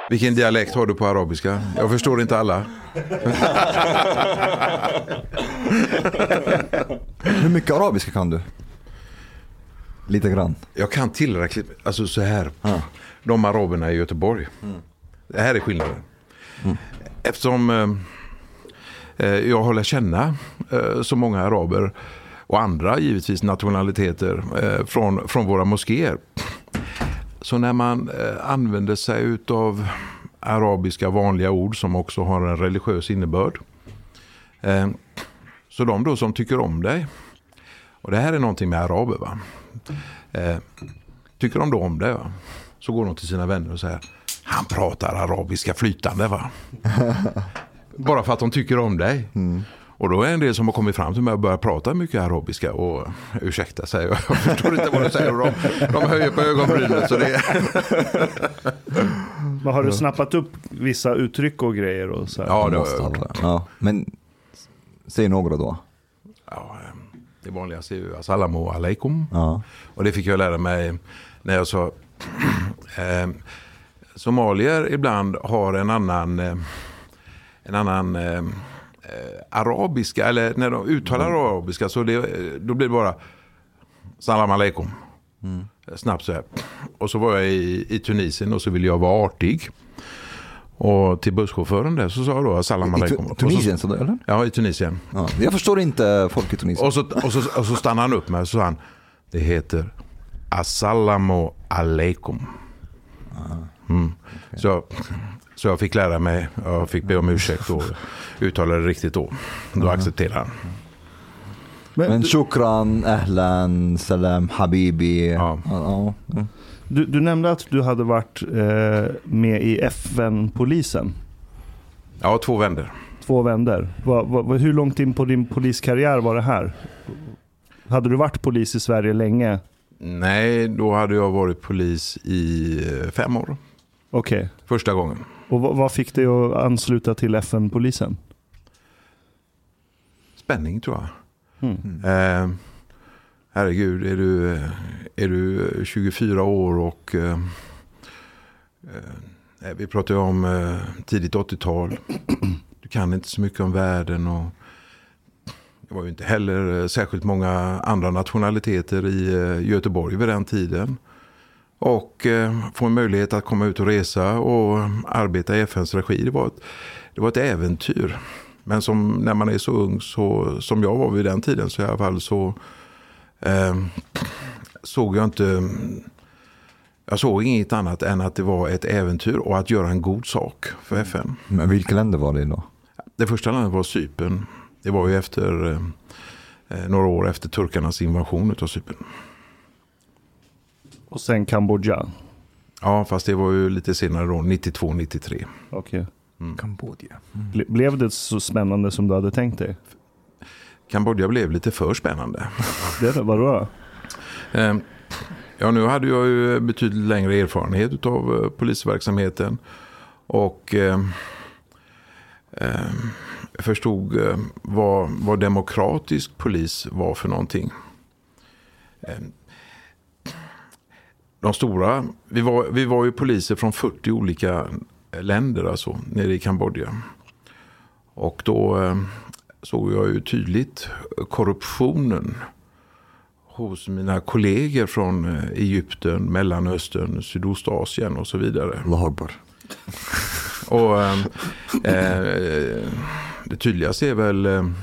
Vilken dialekt har du på arabiska? Jag förstår inte alla. Hur mycket arabiska kan du? Lite grann. Jag kan tillräckligt, alltså så här. De araberna i Göteborg. Det här är skillnaden. Eftersom jag håller känna så många araber och andra givetvis nationaliteter från våra moskéer. Så när man använder sig utav arabiska vanliga ord som också har en religiös innebörd. Så de då som tycker om dig, och det här är någonting med araber va. Tycker de då om dig va, så går de till sina vänner och säger han pratar arabiska flytande va. Bara för att de tycker om dig. Och då är en del som har kommit fram till mig och börjat prata mycket arabiska och ursäkta sig. Jag förstår inte vad du säger. De höjer på ögonbrynet. Så det Men har du snappat upp vissa uttryck och grejer? Och så här? Ja, det har jag gjort. Ja, men säg några då. Ja, det vanligaste är ju assalamu alaikum. Ja. Och det fick jag lära mig när jag sa somalier ibland har en annan arabiska, eller när de uttalar arabiska så då blir det bara salam alaikum. Snabbt så här. Och så var jag i Tunisien och så ville jag vara artig. Och till busschauffören där så sa jag då salam alaikum. I Tunisien så eller? Ja, i Tunisien. Ja, jag förstår inte folk i Tunisien. Och så stannade han upp med och så sa han, det heter assalamu alaikum. Okay. Så jag fick lära mig, jag fick be om ursäkt och uttala det riktigt då. Då accepterade han. Men shukran, ahlan, salam, habibi. Ja. Du nämnde att du hade varit med i FN-polisen. Ja, 2 vänder. 2 vänder. Hur långt in på din poliskarriär var det här? Hade du varit polis i Sverige länge? Nej, då hade jag varit polis i 5 år. Okej. Första gången. Och vad fick dig att ansluta till FN-polisen? Spänning tror jag. Herregud, är du 24 år och vi pratar ju om tidigt 80-tal. Du kan inte så mycket om världen och det var ju inte heller särskilt många andra nationaliteter i Göteborg vid den tiden. Och få en möjlighet att komma ut och resa och arbeta i FNs regi. Det var ett äventyr. Men som när man är så ung som jag var vid den tiden så i alla fall så såg jag inte... Jag såg inget annat än att det var ett äventyr och att göra en god sak för FN. Men vilka länder var det då? Det första landet var Cypern. Det var ju efter några år efter turkarnas invasion av Cypern. Och sen Kambodja. Ja, fast det var ju lite senare då, 92-93. Okej. Kambodja. Blev det så spännande som du hade tänkt dig? Kambodja blev lite för spännande. Vadå? Ja, nu hade jag ju betydligt längre erfarenhet av polisverksamheten och förstod vad demokratisk polis var för någonting. De stora, vi var ju poliser från 40 olika länder alltså, nere i Kambodja. Och då såg jag ju tydligt korruptionen hos mina kollegor från Egypten, Mellanöstern, Sydostasien och så vidare. Lahorbar. Och det tydligaste är väl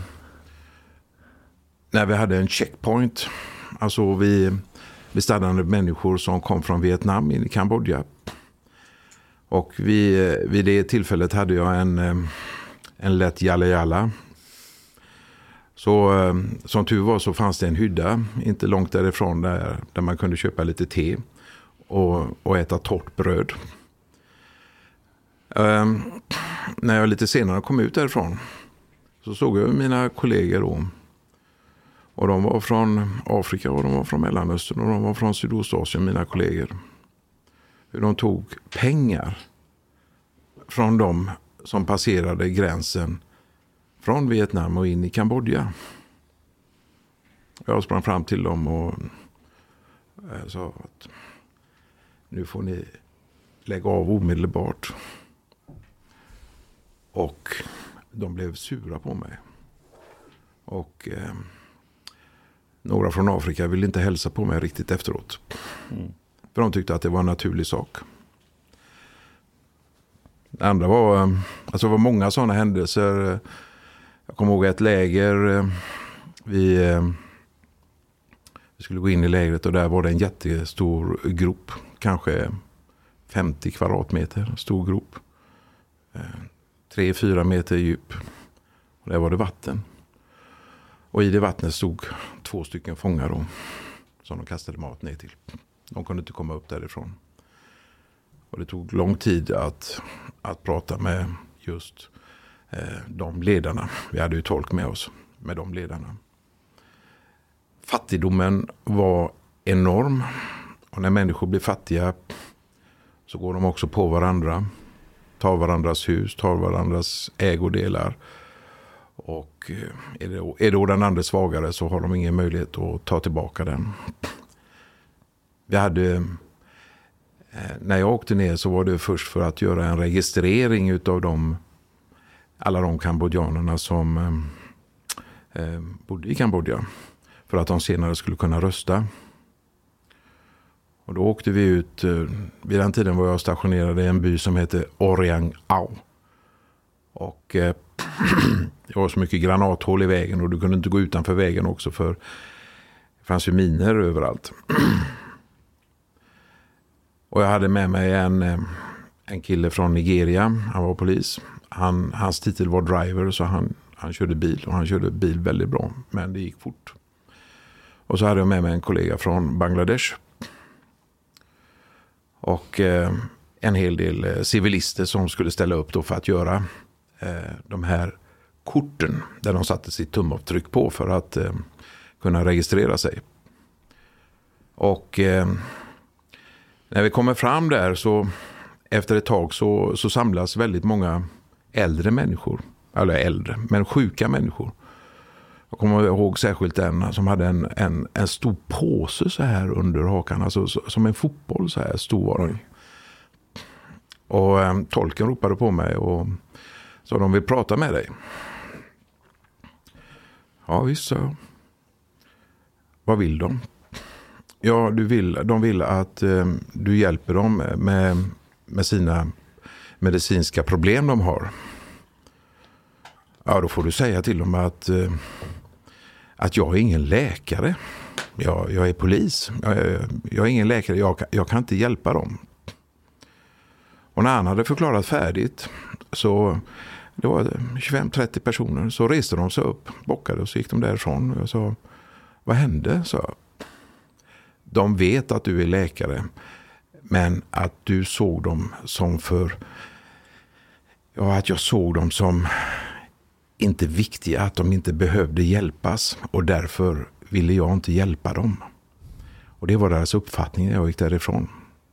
när vi hade en checkpoint. Alltså vi stannade människor som kom från Vietnam in i Kambodja. Och vid det tillfället hade jag en lätt jalla. Så som tur var så fanns det en hydda inte långt därifrån där man kunde köpa lite te och äta torrt bröd. När jag lite senare kom ut därifrån så såg jag mina kollegor då. Och de var från Afrika och de var från Mellanöstern och de var från Sydostasien, mina kollegor. Hur de tog pengar från dem som passerade gränsen från Vietnam och in i Kambodja. Jag sprang fram till dem och sa att nu får ni lägga av omedelbart. Och de blev sura på mig. Och några från Afrika ville inte hälsa på mig riktigt efteråt. För de tyckte att det var en naturlig sak. Det andra var, alltså det var många sådana händelser. Jag kommer ihåg ett läger. Vi skulle gå in i lägret och där var det en jättestor grop. Kanske 50 kvadratmeter stor grop. 3-4 meter djup. Och där var det vatten. Och i det vattnet stod 2 stycken fångar då, som de kastade mat ner till. De kunde inte komma upp därifrån. Och det tog lång tid att prata med just de ledarna. Vi hade ju tolk med oss, med de ledarna. Fattigdomen var enorm. Och när människor blir fattiga så går de också på varandra. Tar varandras hus, tar varandras ägodelar. Och är då den andra svagare så har de ingen möjlighet att ta tillbaka den. Vi hade, när jag åkte ner så var det först för att göra en registrering utav alla de kambodjanerna som bodde i Kambodja. För att de senare skulle kunna rösta. Och då åkte vi ut, vid den tiden var jag stationerad i en by som heter Oriang Au. Och det var så mycket granathål i vägen och du kunde inte gå utanför vägen också för det fanns ju miner överallt. Och jag hade med mig en kille från Nigeria, han var polis. Hans titel var driver så han körde bil och han körde bil väldigt bra men det gick fort. Och så hade jag med mig en kollega från Bangladesh. Och en hel del civilister som skulle ställa upp då för att göra de här korten där de satte sitt tumavtryck på för att kunna registrera sig. Och när vi kommer fram där så efter ett tag så samlas väldigt många äldre människor. Eller äldre, men sjuka människor. Jag kommer ihåg särskilt en som hade en stor påse så här under hakan. Alltså som en fotboll så här stor var den. Och tolken ropade på mig och sa de vill prata med dig. Ja visst så. Vad vill de? Ja de vill att du hjälper dem med sina medicinska problem de har. Ja då får du säga till dem att jag är ingen läkare. Jag är polis. Jag är ingen läkare. Jag kan inte hjälpa dem. Och när han hade förklarat färdigt så det var 25-30 personer så reste de sig upp, bockade och så gick de därifrån. Och jag sa, vad hände? Så de vet att du är läkare men att du såg dem som att jag såg dem som inte viktiga, att de inte behövde hjälpas och därför ville jag inte hjälpa dem. Och det var deras uppfattning när jag gick därifrån.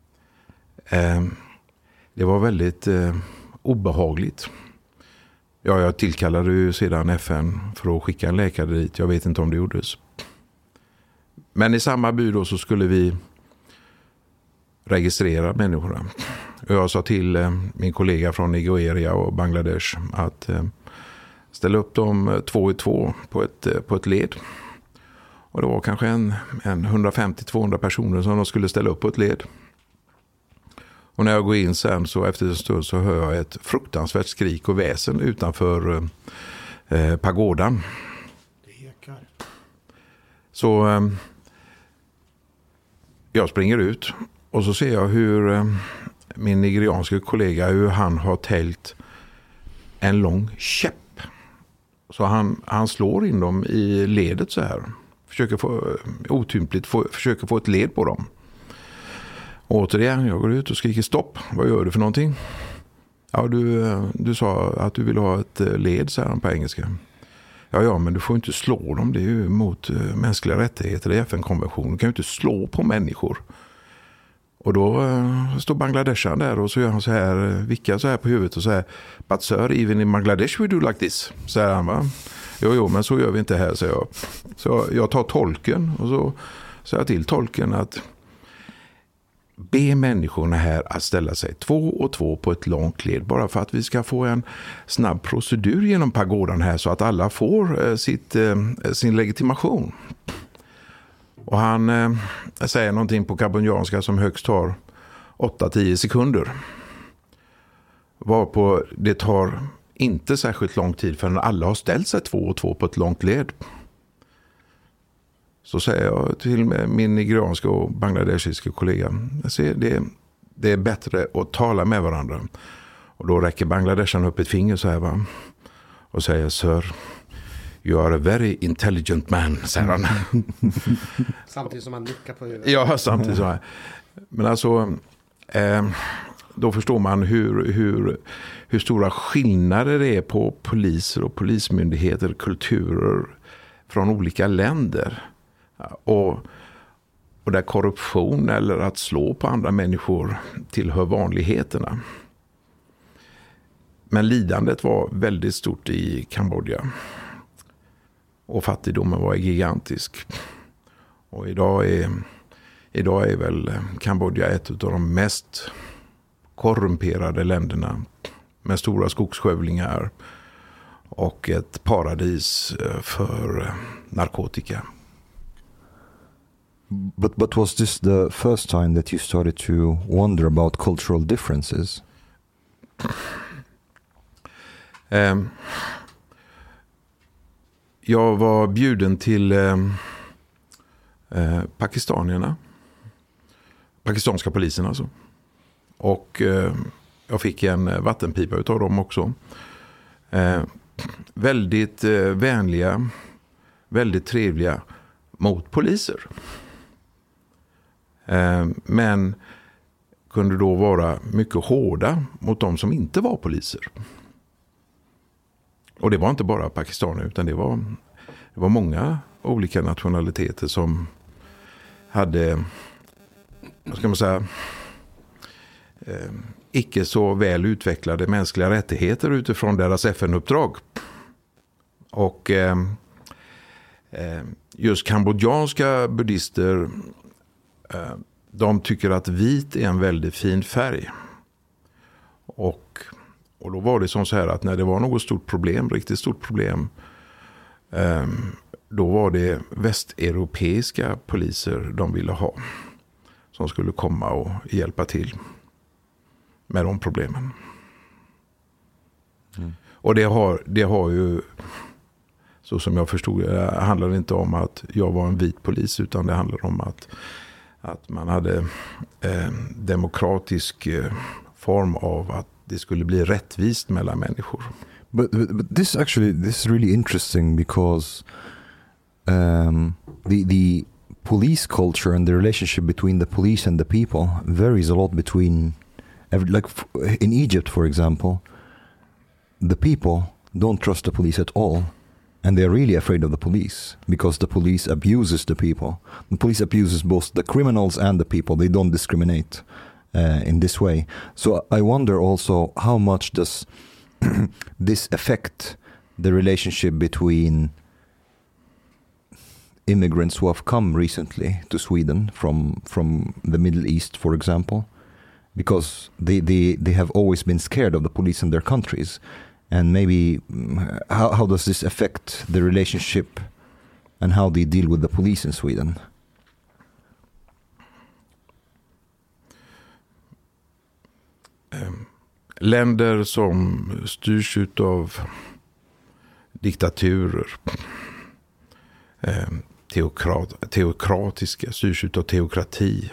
Det var väldigt obehagligt. Ja, jag tillkallade ju sedan FN för att skicka en läkare dit. Jag vet inte om det gjordes. Men i samma by då så skulle vi registrera människorna. Och jag sa till min kollega från Nigeria och Bangladesh att ställa upp dem 2 i 2 på ett led. Och det var kanske en 150-200 personer som de skulle ställa upp på ett led. Och när jag går in sen så efter en stund så hör jag ett fruktansvärt skrik och väsen utanför pagodan. Det ekar. Så jag springer ut och så ser jag hur min nigerianska kollega hur han har täljt en lång käpp. Så han slår in dem i ledet så här. Försöker få ett led på dem. Och återigen, jag går ut och skriker stopp. Vad gör du för någonting? Ja, du sa att du vill ha ett led, säger han på engelska. Ja, men du får inte slå dem. Det är ju mot mänskliga rättigheter i FN-konventionen. Du kan ju inte slå på människor. Och då står Bangladeshan där och så gör han så här, vickar så här på huvudet och så här, but sir, even in Bangladesh we do like this, säger han va? Jo, men så gör vi inte här, säger jag. Så jag tar tolken och så säger jag till tolken att be människorna här att ställa sig 2 och 2 på ett långt led bara för att vi ska få en snabb procedur genom pagodan här så att alla får sin legitimation. Och han säger någonting på kambodjanska som högst tar 8-10 sekunder. Varpå det tar inte särskilt lång tid förrän alla har ställt sig 2 och 2 på ett långt led. Så säger jag till min nigerianska och bangladeshiska kollega, det är bättre att tala med varandra. Och då räcker Bangladeshan upp ett finger så här, va? Och säger, Sir, you are a very intelligent man, säger han. Samtidigt som han nickar på huvudet. Ja, samtidigt så här. Men alltså, då förstår man hur stora skillnader det är på poliser och polismyndigheter, kulturer från olika länder. Och där korruption eller att slå på andra människor tillhör vanligheterna. Men lidandet var väldigt stort i Kambodja. Och fattigdomen var gigantisk. Och idag är väl Kambodja ett av de mest korrumperade länderna. Med stora skogsskövlingar och ett paradis för narkotika. But was this the first time that you started to wonder about cultural differences? Jag var bjuden till pakistanska polisen alltså. Och jag fick en vattenpipa utav dem också. Väldigt vänliga, väldigt trevliga mot poliser. Men kunde då vara mycket hårda mot de som inte var poliser. Och det var inte bara pakistaner utan det var många olika nationaliteter som hade, vad ska man säga, icke så väl utvecklade mänskliga rättigheter utifrån deras FN-uppdrag. Och just kambodjanska buddhister, de tycker att vit är en väldigt fin färg. Och då var det som så här att när det var något stort problem, riktigt stort problem, då var det västeuropeiska poliser de ville ha. Som skulle komma och hjälpa till med de problemen. Mm. Och det har ju, så som jag förstod det, handlar inte om att jag var en vit polis utan det handlar om att man hade demokratisk form av att det skulle bli rättvist mellan människor. But this is really interesting because the police culture and the relationship between the police and the people varies a lot between, like in Egypt, for example, the people don't trust the police at all. And they're really afraid of the police because the police abuses the people. The police abuses both the criminals and the people. They don't discriminate in this way. So I wonder also how much does this affect the relationship between immigrants who have come recently to Sweden from the Middle East, for example, because they have always been scared of the police in their countries. And maybe how does this affect the relationship and how they deal with the police in Sweden? Länder som styrs av diktaturer, teokratiska, styrs av teokrati.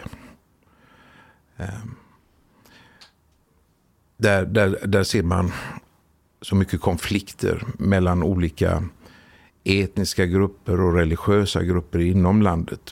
Där ser man så mycket konflikter mellan olika etniska grupper och religiösa grupper inom landet.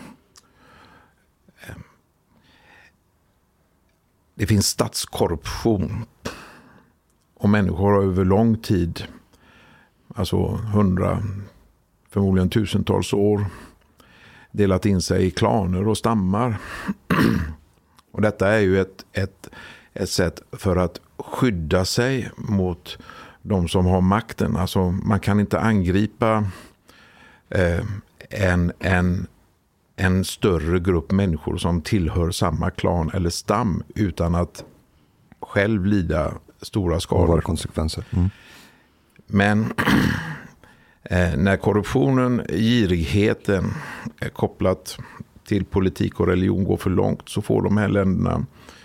Det finns statskorruption och människor har över lång tid, alltså 100, förmodligen tusentals år, delat in sig i klaner och stammar. Och detta är ju ett sätt för att skydda sig mot de som har makten. Alltså man kan inte angripa en större grupp människor som tillhör samma klan eller stam utan att själv lida stora skador. Våra konsekvenser. Men när korruptionen, girigheten är kopplat till politik och religion går för långt, så får de här länderna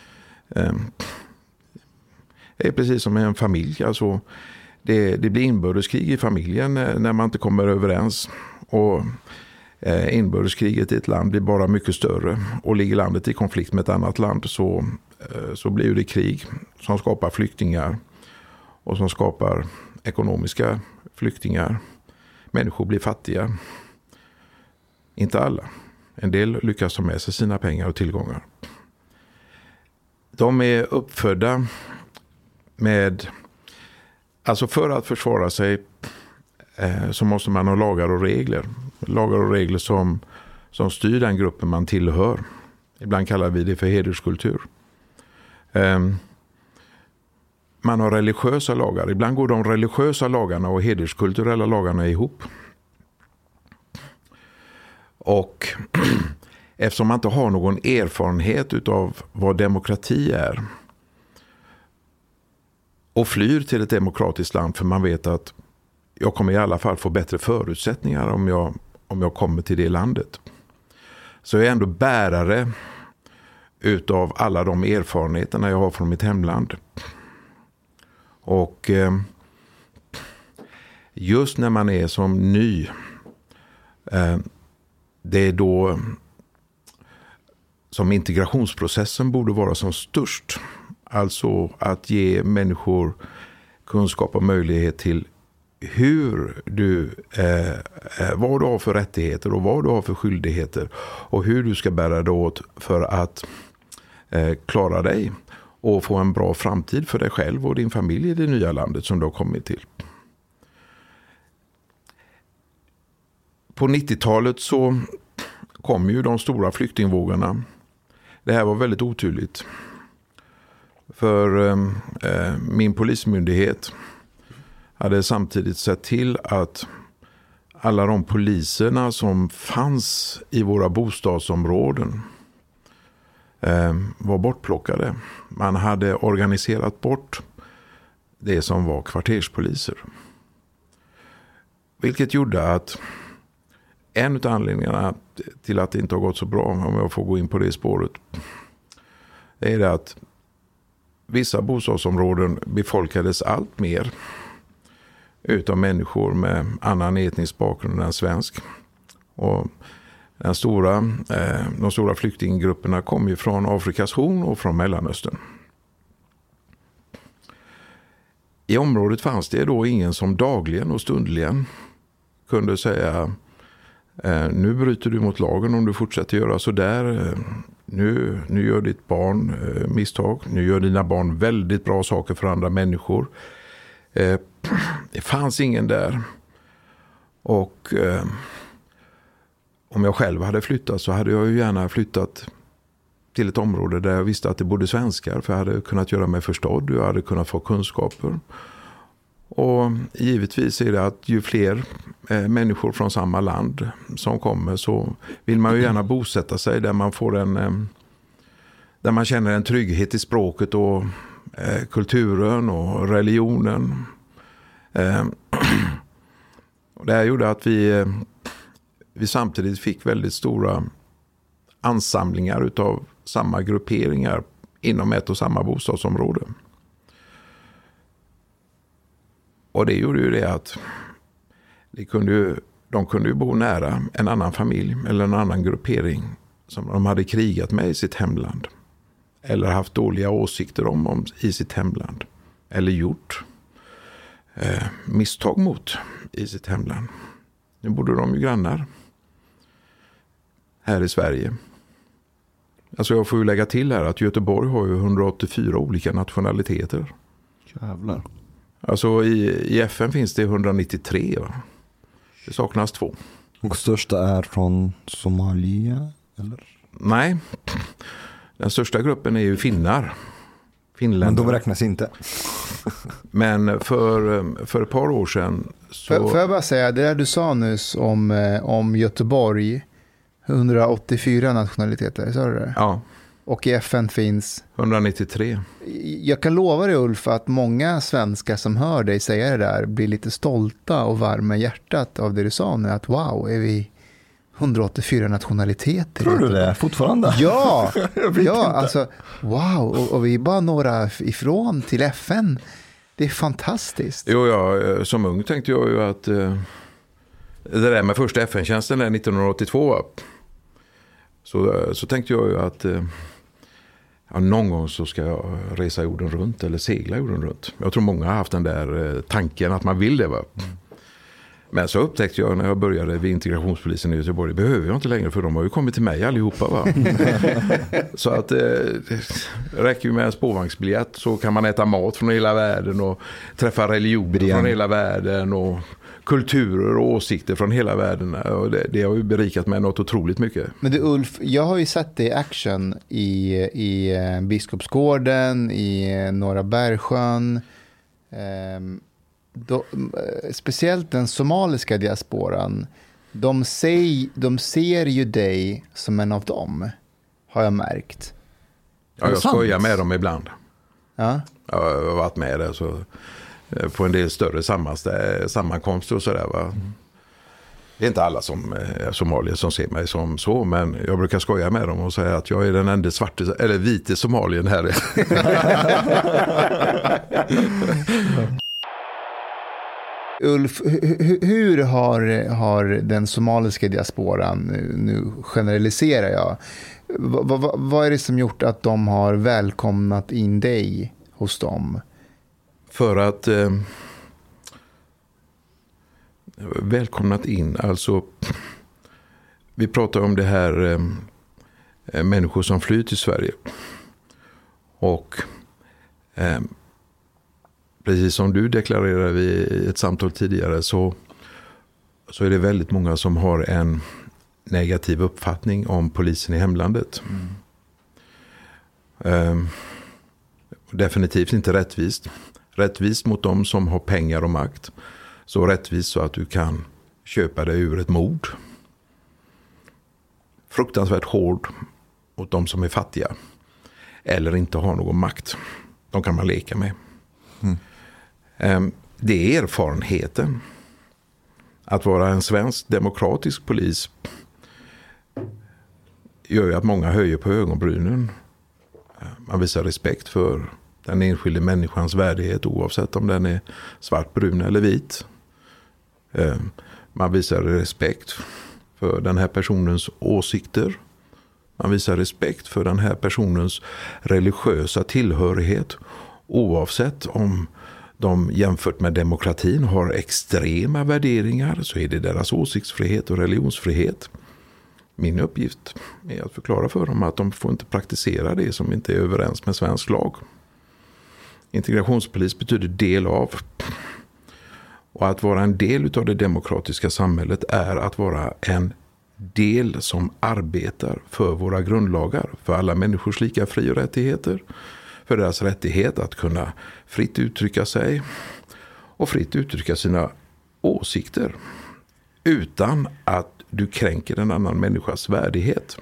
det är precis som en familj. Alltså, det blir inbördeskrig i familjen när man inte kommer överens. Och inbördeskriget i ett land blir bara mycket större. Och ligger landet i konflikt med ett annat land så blir det krig som skapar flyktingar. Och som skapar ekonomiska flyktingar. Människor blir fattiga. Inte alla. En del lyckas ta med sig sina pengar och tillgångar. De är uppfödda med... Alltså för att försvara sig så måste man ha lagar och regler. Lagar och regler som styr den gruppen man tillhör. Ibland kallar vi det för hederskultur. Man har religiösa lagar. Ibland går de religiösa lagarna och hederskulturella lagarna ihop. Och eftersom man inte har någon erfarenhet av vad demokrati är och flyr till ett demokratiskt land för man vet att jag kommer i alla fall få bättre förutsättningar om jag kommer till det landet. Så jag är ändå bärare utav alla de erfarenheterna jag har från mitt hemland. Och just när man är som ny, det är då som integrationsprocessen borde vara som störst. Alltså att ge människor kunskap och möjlighet till hur vad du har för rättigheter och vad du har för skyldigheter och hur du ska bära dig åt för att klara dig och få en bra framtid för dig själv och din familj i det nya landet som du har kommit till. På 90-talet så kom ju de stora flyktingvågorna. Det här var väldigt otydligt. För min polismyndighet hade samtidigt sett till att alla de poliserna som fanns i våra bostadsområden var bortplockade. Man hade organiserat bort det som var kvarterspoliser. Vilket gjorde att en av anledningarna till att det inte har gått så bra, om jag får gå in på det spåret, är det att vissa bostadsområden befolkades allt mer utav människor med annan etnisk bakgrund än svensk. Och de stora flyktinggrupperna kom ju från Afrikas horn och från Mellanöstern. I området fanns det då ingen som dagligen och stundligen kunde säga nu bryter du mot lagen om du fortsätter göra så där. Nu gör ditt barn misstag. Nu gör dina barn väldigt bra saker för andra människor. Det fanns ingen där. Och om jag själv hade flyttat så hade jag ju gärna flyttat till ett område där jag visste att det bodde svenskar. För jag hade kunnat göra mig förstådd. Jag hade kunnat få kunskaper. Och givetvis är det att ju fler människor från samma land som kommer så vill man ju gärna bosätta sig där man får där man känner en trygghet i språket och kulturen och religionen. Och det här gjorde att vi samtidigt fick väldigt stora ansamlingar utav samma grupperingar inom ett och samma bostadsområde. Och det gjorde ju det att de kunde ju bo nära en annan familj eller en annan gruppering som de hade krigat med i sitt hemland. Eller haft dåliga åsikter om i sitt hemland. Eller gjort misstag mot i sitt hemland. Nu bodde de ju grannar här i Sverige. Alltså jag får ju lägga till här att Göteborg har ju 184 olika nationaliteter. Jävlar. Alltså i FN finns det 193 va? Det saknas 2. Och största är från Somalia eller? Nej, den största gruppen är ju finnar. Men de räknas inte. Men för ett par år sedan så... Får jag bara säga, det där du sa nyss om Göteborg 184 nationaliteter, sa du det? Ja, Och i FN finns... 193. Jag kan lova dig, Ulf, att många svenskar som hör dig säga det där blir lite stolta och varma i hjärtat av det du sa nu. Att wow, är vi 184 nationaliteter? Tror du det fortfarande? Ja, ja alltså wow, och vi är bara några ifrån till FN. Det är fantastiskt. Jo, som ung tänkte jag ju att det där med första FN-tjänsten 1982, så tänkte jag ju att någon gång så ska jag resa jorden runt eller segla jorden runt. Jag tror många har haft den där tanken att man vill det, va. Men så upptäckte jag när jag började vid integrationspolisen i Göteborg, det behöver jag inte längre för de har ju kommit till mig allihopa, va. Så att det räcker ju med en spårvagnsbiljett så kan man äta mat från hela världen och träffa religioner från hela världen och kulturer och åsikter från hela världen. Och det har ju berikat mig något otroligt mycket. Men du Ulf, jag har ju sett det i action i Biskopsgården, i Norra Bergsjön. Speciellt den somaliska diasporan, de ser ju dig som en av dem, har jag märkt. Ja, jag skojar med dem ibland. Ja. Jag har varit med där så, på en del större sammankomster och sådär, va. Det är inte alla som somalier som ser mig som så, men jag brukar skoja med dem och säga att jag är den enda vite somalien här. Ulf, hur har den somaliska diasporan, nu generaliserar jag, vad är det som gjort att de har välkomnat in dig hos dem? För att välkomnat in, alltså vi pratar om det här människor som flyr till Sverige och precis som du deklarerade i ett samtal tidigare så är det väldigt många som har en negativ uppfattning om polisen i hemlandet. Definitivt inte rättvist. Rättvist mot dem som har pengar och makt. Så rättvist så att du kan köpa dig ur ett mord. Fruktansvärt hård mot dem som är fattiga. Eller inte har någon makt. De kan man leka med. Det är erfarenheten. Att vara en svensk demokratisk polis gör ju att många höjer på ögonbrynen. Man visar respekt för den enskilde människans värdighet oavsett om den är svart, brun eller vit. Man visar respekt för den här personens åsikter. Man visar respekt för den här personens religiösa tillhörighet oavsett om de jämfört med demokratin har extrema värderingar, så är det deras åsiktsfrihet och religionsfrihet. Min uppgift är att förklara för dem att de får inte praktisera det som inte är överens med svensk lag. Integrationspolis betyder del av. Och att vara en del av det demokratiska samhället är att vara en del som arbetar för våra grundlagar, för alla människors lika fri- och rättigheter, för deras rättighet att kunna fritt uttrycka sig och fritt uttrycka sina åsikter utan att du kränker en annan människas värdighet.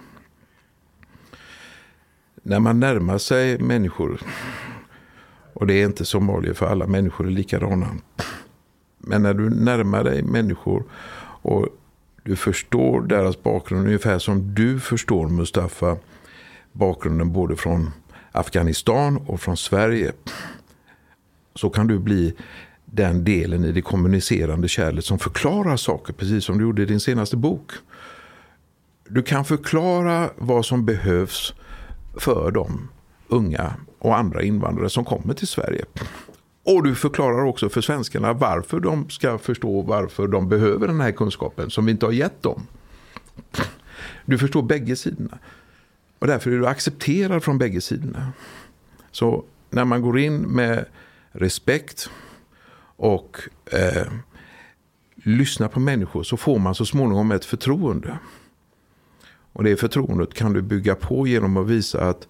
När man närmar sig människor, och det är inte somalier för alla människor är likadana, men när du närmar dig människor och du förstår deras bakgrund ungefär som du förstår, Mustafa, bakgrunden både från Afghanistan och från Sverige, så kan du bli den delen i det kommunicerande kärlet som förklarar saker, precis som du gjorde i din senaste bok. Du kan förklara vad som behövs för de unga och andra invandrare som kommer till Sverige. Och du förklarar också för svenskarna varför de ska förstå varför de behöver den här kunskapen som vi inte har gett dem. Du förstår bägge sidorna. Och därför är du accepterad från bägge sidorna. Så när man går in med respekt och lyssnar på människor så får man så småningom ett förtroende. Och det förtroendet kan du bygga på genom att visa att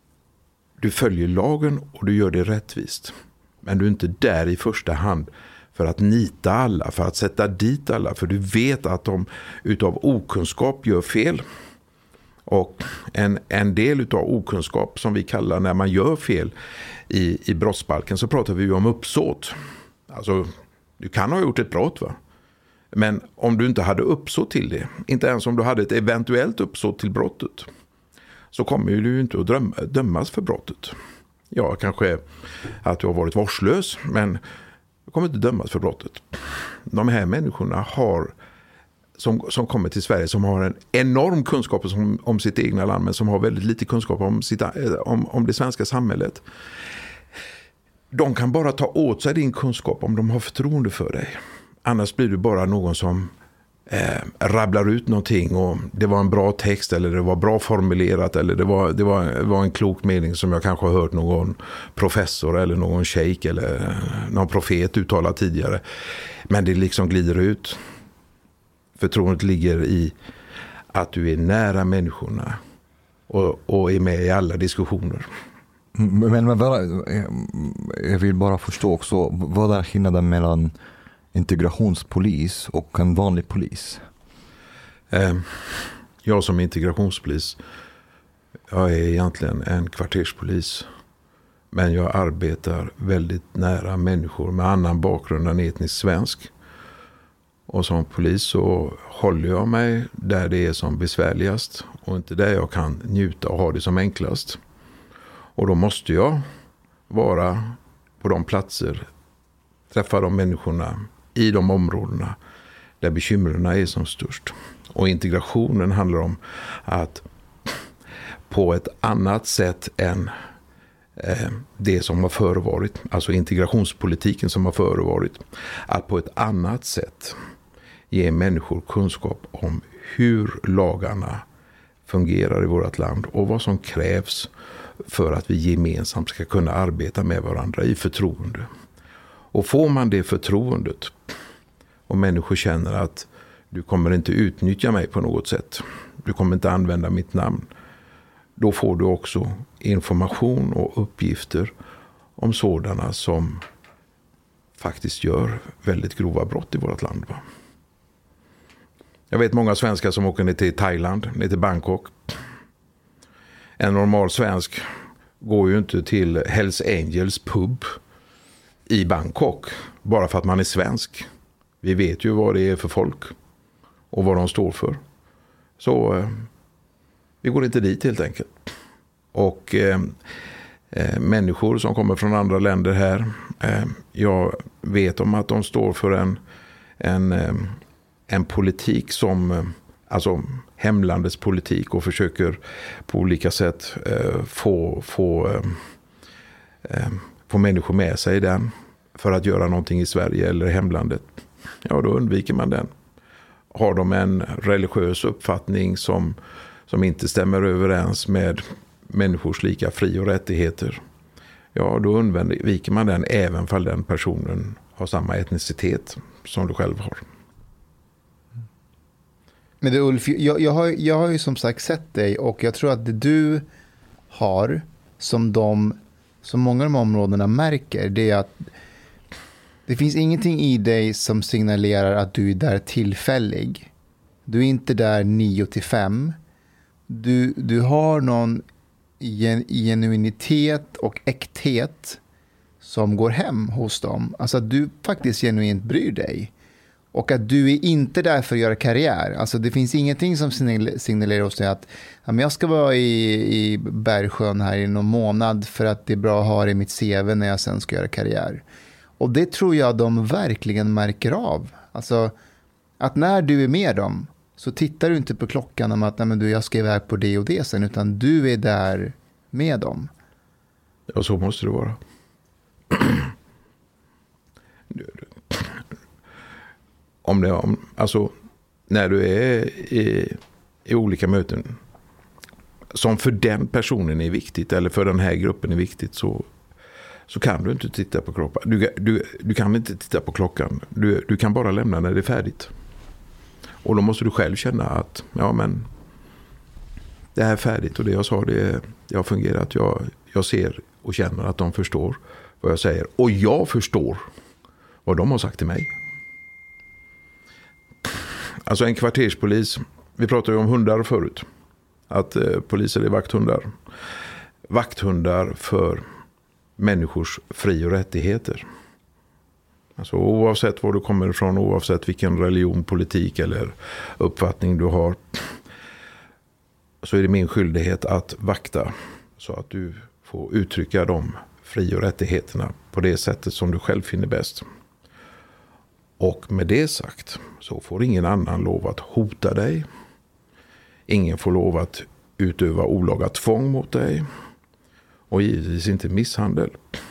du följer lagen och du gör det rättvist. Men du är inte där i första hand för att nita alla, för att sätta dit alla. För du vet att de utav okunskap gör fel. Och en del utav okunskap som vi kallar när man gör fel i brottsbalken, så pratar vi ju om uppsåt. Alltså, du kan ha gjort ett brott, va? Men om du inte hade uppsåt till det, inte ens om du hade ett eventuellt uppsåt till brottet, så kommer du ju inte att dömas för brottet. Ja, kanske att du har varit vårdslös, men du kommer inte dömas för brottet. De här människorna som kommer till Sverige, som har en enorm kunskap om sitt egna land, men som har väldigt lite kunskap om det svenska samhället. De kan bara ta åt sig din kunskap om de har förtroende för dig. Annars blir du bara någon som rabblar ut någonting, och det var en bra text, eller det var bra formulerat, eller det var en klok mening som jag kanske har hört någon professor eller någon sheik eller någon profet uttala tidigare. Men det liksom glider ut. Förtroendet ligger i att du är nära människorna och är med i alla diskussioner. Men jag vill bara förstå också, vad är skillnaden mellan integrationspolis och en vanlig polis? Jag som integrationspolis, jag är egentligen en kvarterspolis. Men jag arbetar väldigt nära människor med annan bakgrund än etnisk svensk. Och som polis så håller jag mig där det är som besvärligast och inte där jag kan njuta och ha det som enklast. Och då måste jag vara på de platser, träffa de människorna i de områdena där bekymren är som störst. Och integrationen handlar om att på ett annat sätt än det som har förevarit, alltså integrationspolitiken som har förevarit, att på ett annat sätt ge människor kunskap om hur lagarna fungerar i vårt land och vad som krävs för att vi gemensamt ska kunna arbeta med varandra i förtroende. Och får man det förtroendet och människor känner att du kommer inte utnyttja mig på något sätt, du kommer inte använda mitt namn, då får du också information och uppgifter om sådana som faktiskt gör väldigt grova brott i vårt land. Va? Jag vet många svenskar som åker ner till Thailand, ner till Bangkok. En normal svensk går ju inte till Hells Angels pub i Bangkok bara för att man är svensk. Vi vet ju vad det är för folk och vad de står för. Så vi går inte dit helt enkelt. Och människor som kommer från andra länder här, jag vet om att de står för en politik som, alltså hemlandets politik, och försöker på olika sätt få människor med sig i den för att göra någonting i Sverige eller hemlandet. Ja, då undviker man den. Har de en religiös uppfattning som inte stämmer överens med människors lika fri- och rättigheter, ja, då undviker man den även fall den personen har samma etnicitet som du själv har. Men det, Ulf, jag har ju som sagt sett dig, och jag tror att det du har som många av de områdena märker, det är att det finns ingenting i dig som signalerar att du är där tillfällig. Du är inte där 9-5. Du har någon genuinitet och äkthet som går hem hos dem. Alltså att du faktiskt genuint bryr dig. Och att du är inte där för att göra karriär. Alltså det finns ingenting som signalerar hos dig att jag ska vara i Bergsjön här i någon månad för att det är bra att ha det i mitt CV när jag sen ska göra karriär. Och det tror jag de verkligen märker av. Alltså att när du är med dem så tittar du inte på klockan om att jag ska iväg på det och det sen, utan du är där med dem. Ja, så måste det vara. Alltså när du är i olika möten som för den personen är viktigt eller för den här gruppen är viktigt, så kan du inte titta på klockan. Du kan inte titta på klockan. Du kan bara lämna när det är färdigt. Och då måste du själv känna att det här är färdigt och det jag sa det har fungerat. Jag ser och känner att de förstår vad jag säger. Och jag förstår vad de har sagt till mig. Alltså en kvarterspolis, vi pratade ju om hundar förut. Att poliser är vakthundar. Vakthundar för människors fri- och rättigheter. Alltså oavsett var du kommer ifrån, oavsett vilken religion, politik eller uppfattning du har, så är det min skyldighet att vakta så att du får uttrycka de fri- och rättigheterna på det sättet som du själv finner bäst. Och med det sagt så får ingen annan lov att hota dig. Ingen får lov att utöva olaga tvång mot dig. Och givetvis inte misshandel.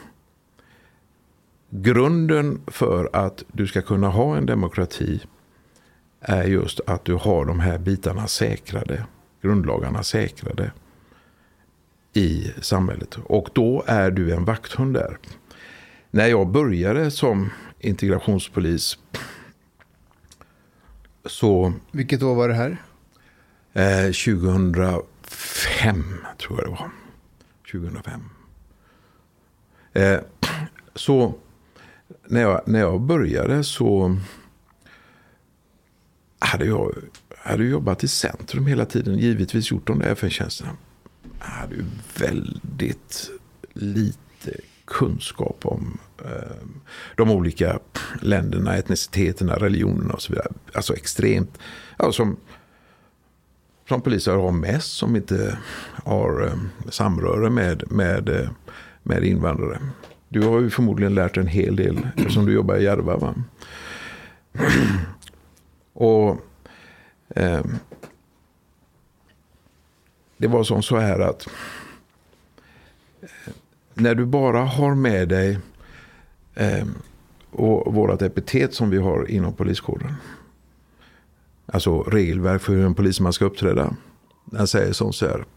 Grunden för att du ska kunna ha en demokrati är just att du har de här bitarna säkrade, grundlagarna säkrade i samhället. Och då är du en vakthund där. När jag började som integrationspolis så... Vilket år var det här? 2005 tror jag det var. 2005. Så när jag började så hade jag jobbat i centrum hela tiden. Givetvis gjort de där FN-tjänsterna. Jag hade ju väldigt lite kunskap om de olika länderna, etniciteterna, religionerna och så vidare. Alltså extremt. Ja, som poliser har mest som inte har samröre med invandrare. Du har ju förmodligen lärt en hel del eftersom du jobbar i Järva, va? Och det var som så här att när du bara har med dig och vårat epitet som vi har inom poliskåren, alltså regelverk för hur en polisman ska uppträda, den säger som så här: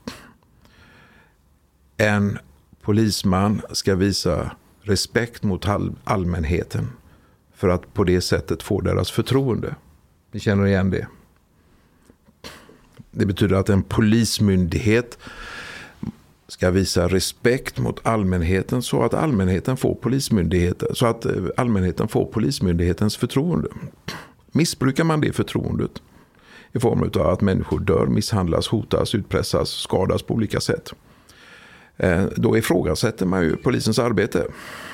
en polisman ska visa respekt mot allmänheten för att på det sättet få deras förtroende. Ni känner igen det. Det betyder att en polismyndighet ska visa respekt mot allmänheten så att allmänheten får polismyndighetens förtroende. Missbrukar man det förtroendet i form av att människor dör, misshandlas, hotas, utpressas, skadas på olika sätt, då ifrågasätter man ju polisens arbete.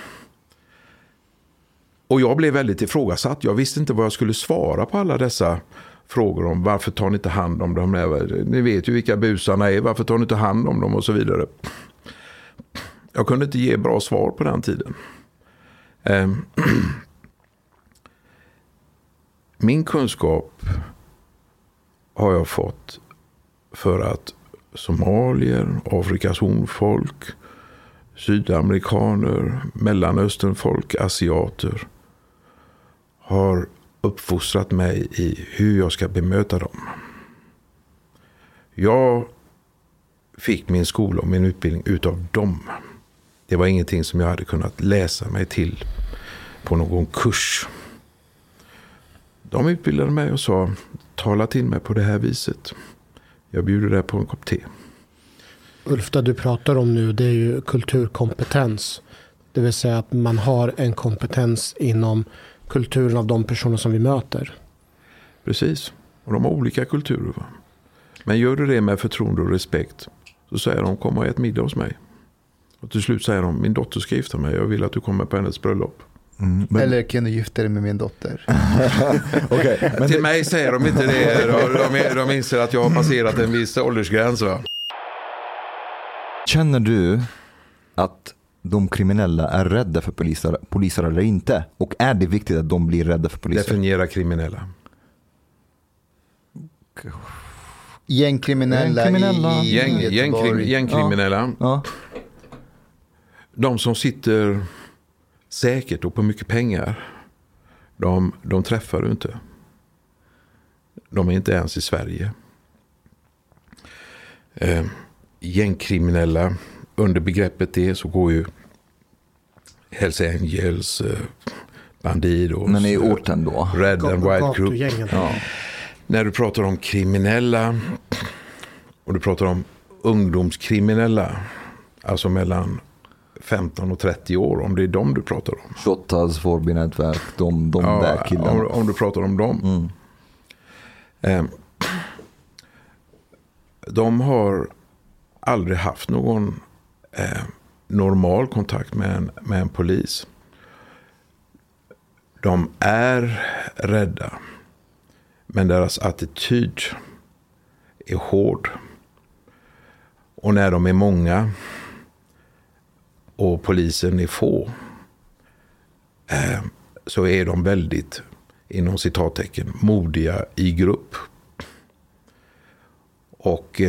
Och jag blev väldigt ifrågasatt. Jag visste inte vad jag skulle svara på alla dessa frågor om varför tar ni inte hand om dem? Ni vet ju vilka busarna är, varför tar ni inte hand om dem och så vidare. Jag kunde inte ge bra svar på den tiden. Min kunskap har jag fått för att somalier, Afrikas hornfolk, sydamerikaner, mellanösternfolk, asiater har uppfostrat mig i hur jag ska bemöta dem. Jag fick min skola och min utbildning utav dem. Det var ingenting som jag hade kunnat läsa mig till på någon kurs. De utbildade mig och sa: tala till mig på det här viset. Jag bjuder dig på en kopp te. Ulf, det du pratar om nu, det är ju kulturkompetens. Det vill säga att man har en kompetens inom kulturen av de personer som vi möter. Precis. Och de har olika kulturer. Va? Men gör du det med förtroende och respekt, så säger de: kom och ät middag hos mig. Och till slut säger de: min dotter ska gifta mig. Jag vill att du kommer på hennes bröllop. Eller kan du gifta dig med min dotter? Okay, men till mig säger de inte det. De inser att jag har passerat en viss åldersgräns. Va? Känner du att de kriminella är rädda för poliser eller inte? Och är det viktigt att de blir rädda för poliser? Definiera kriminella. Gängkriminella. Gängkriminella. Ja. De som sitter säkert och på mycket pengar, de träffar du inte. De är inte ens i Sverige. Gängkriminella, under begreppet det så går ju Hells Angels, Bandidos, men i orten då? Red and White Group. Ja. När du pratar om kriminella och du pratar om ungdomskriminella, alltså mellan 15 och 30 år, om det är dem du pratar om. Shottaz, Forbi-nätverk, de där killarna. Om du pratar om dem. De har aldrig haft någon normal kontakt med en polis. De är rädda, men deras attityd är hård. Och när de är många och polisen är få, så är de väldigt, inom citattecken, modiga i grupp. Och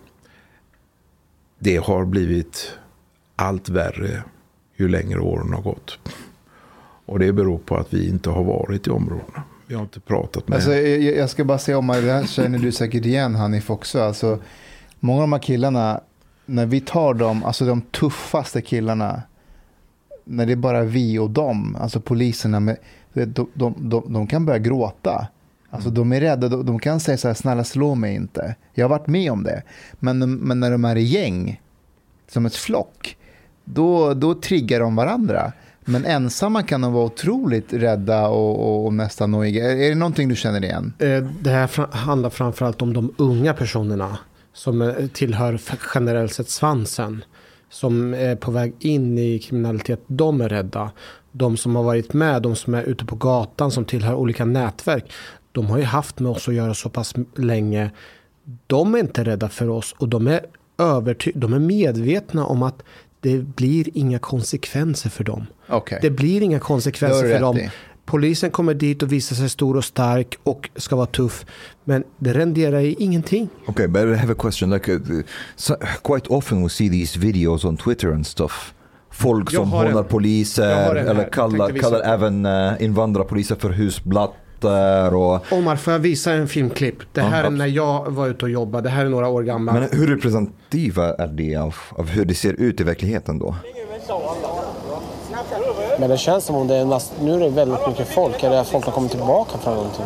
det har blivit allt värre ju längre åren har gått. Och det beror på att vi inte har varit i områdena. Vi har inte pratat med... Alltså, jag ska bara säga om det här känner du säkert igen, Hanif, också. Alltså, många av de här killarna, när vi tar dem, alltså de tuffaste killarna, när det är bara vi och dem, alltså poliserna, de kan börja gråta. Alltså de är rädda, de kan säga så här: snälla slå mig inte. Jag har varit med om det. Men när de är i gäng, som ett flock, då triggar de varandra. Men ensamma kan de vara otroligt rädda och nästan nojiga. Är det någonting du känner igen? Det här handlar framförallt om de unga personerna som tillhör generellt sett svansen, som är på väg in i kriminalitet. De är rädda. De som har varit med, de som är ute på gatan, som tillhör olika nätverk, de har ju haft med oss att göra så pass länge. De är inte rädda för oss, och de är medvetna om att det blir inga konsekvenser för dem. Okay. Det blir inga konsekvenser för dem. Polisen kommer dit och visar sig stor och stark och ska vara tuff, men det renderar i ingenting. Okay, but I have a question. Like, quite often we see these videos on Twitter and stuff. Folk som hånar poliser eller kallar även invandrarpoliser för husblatt. Omar, får jag visa en filmklipp? Det här är när jag var ute och jobbade. Det här är några år gamla. Men hur representativa är det av hur det ser ut i verkligheten då? Men det känns som om det är nu är det väldigt mycket folk. Eller att folk har kommit tillbaka från någonting.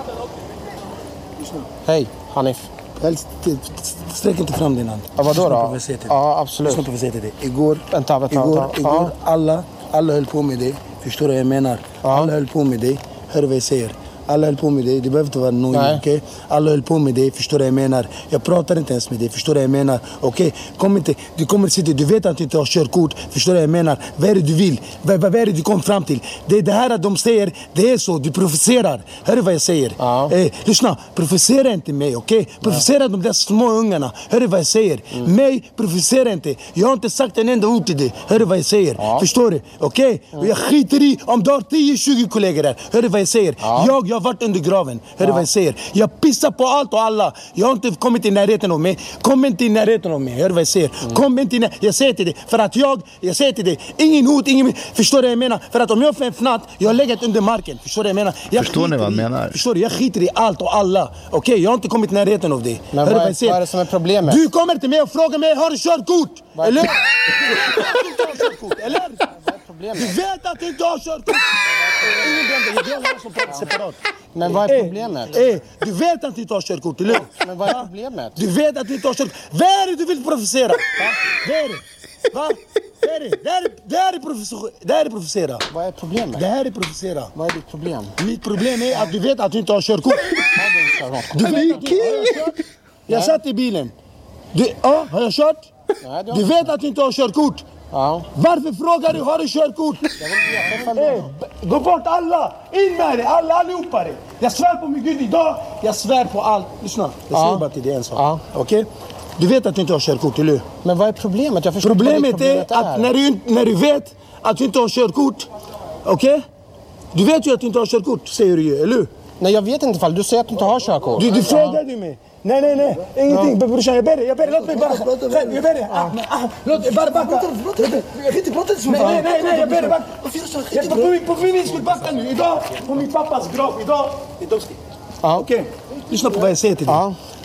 Hej, Hanif. Sträck inte fram din hand. Ja, vadå då? Ja, absolut. Lyssna på vad jag säger till dig. Igår Ja. alla höll på med det. Förstår du vad jag menar? Ja. Alla höll på med det. Hör vad jag säger. Alla höll på med det. Det behöver inte vara någon, okej? Alla höll på med det. Förstår du vad jag menar? Jag pratar inte ens med dig. Förstår du vad jag menar? Okej? Kom inte. Du kommer sitta. Du vet att du inte har körkort. Förstår du vad jag menar? Vad är det du vill? Vad är det du kom fram till? Det är det här att de säger. Det är så. Du professerar. Hör du vad jag säger? Ja. Lyssna. Professera inte mig, okej? Professera de där små ungarna. Hör du vad jag säger? Mig professera inte. Jag har inte sagt en enda ord till dig. Hör du vad jag säger? Ja. Förstår du? Okej? Jag skiter i om du har 10-20 kollegor där. Hör du vad jag säger? Ja. Jag har varit under graven. Hör du vad jag säger? Jag pissar på allt och alla. Jag har inte kommit i närheten av mig. Kom inte i närheten av mig. Hör du vad jag säger? Kom inte i jag säger till dig. För att jag säger till dig. Ingen hot, ingen... Förstår du vad jag menar? För att om jag får en fnatt, jag lägger det under marken. Förstår du vad jag menar? Förstår ni vad jag menar? Förstår du? Jag skiter i allt och alla. Okej? Jag har inte kommit i närheten av dig. Men vad är det som är problemet? Du kommer till mig och frågar mig, har du körkort? Eller? Eller? Du vet att du inte har körkort. Men vad är problemet? Du vet att du inte har körkort, eller? Men vad är problemet? Du vet att du inte har körkort. Vad är det du vill professera? Vad är det? Va? Vad är det? Det här är professera. Vad är problemet? Det här är professera. Vad är ditt problem? Mitt problem är att du vet att du inte har körkort. Du vet att du inte har kört. Jag satt i bilen. Har jag kört? Du vet att du inte har körkort. Ja. Varför frågar du, har du körkort? Gå bort alla! In med det, allihopa det! Jag svär på min Gud idag, jag svär på allt. Lyssna, jag säger bara till dig en sak. Ja. Okej? Du vet att du inte har körkort, eller hur? Men vad är problemet? Jag förstår problemet är att när du vet att du inte har körkort, okej? Du vet ju att du inte har körkort, säger du ju, eller hur? Nej, jag vet inte ifall du säger att du inte har körkort. Du frågade mig. Nej. Ingenting. Brorsan, jag ber dig. Låt mig bara. Jag ber dig. Låt bara backa. Jag kan inte prata så. Nej, jag ber dig backa. På min skull backa nu. Idag, på min pappas grav. Idag. Okej. Lyssna på vad jag säger till dig.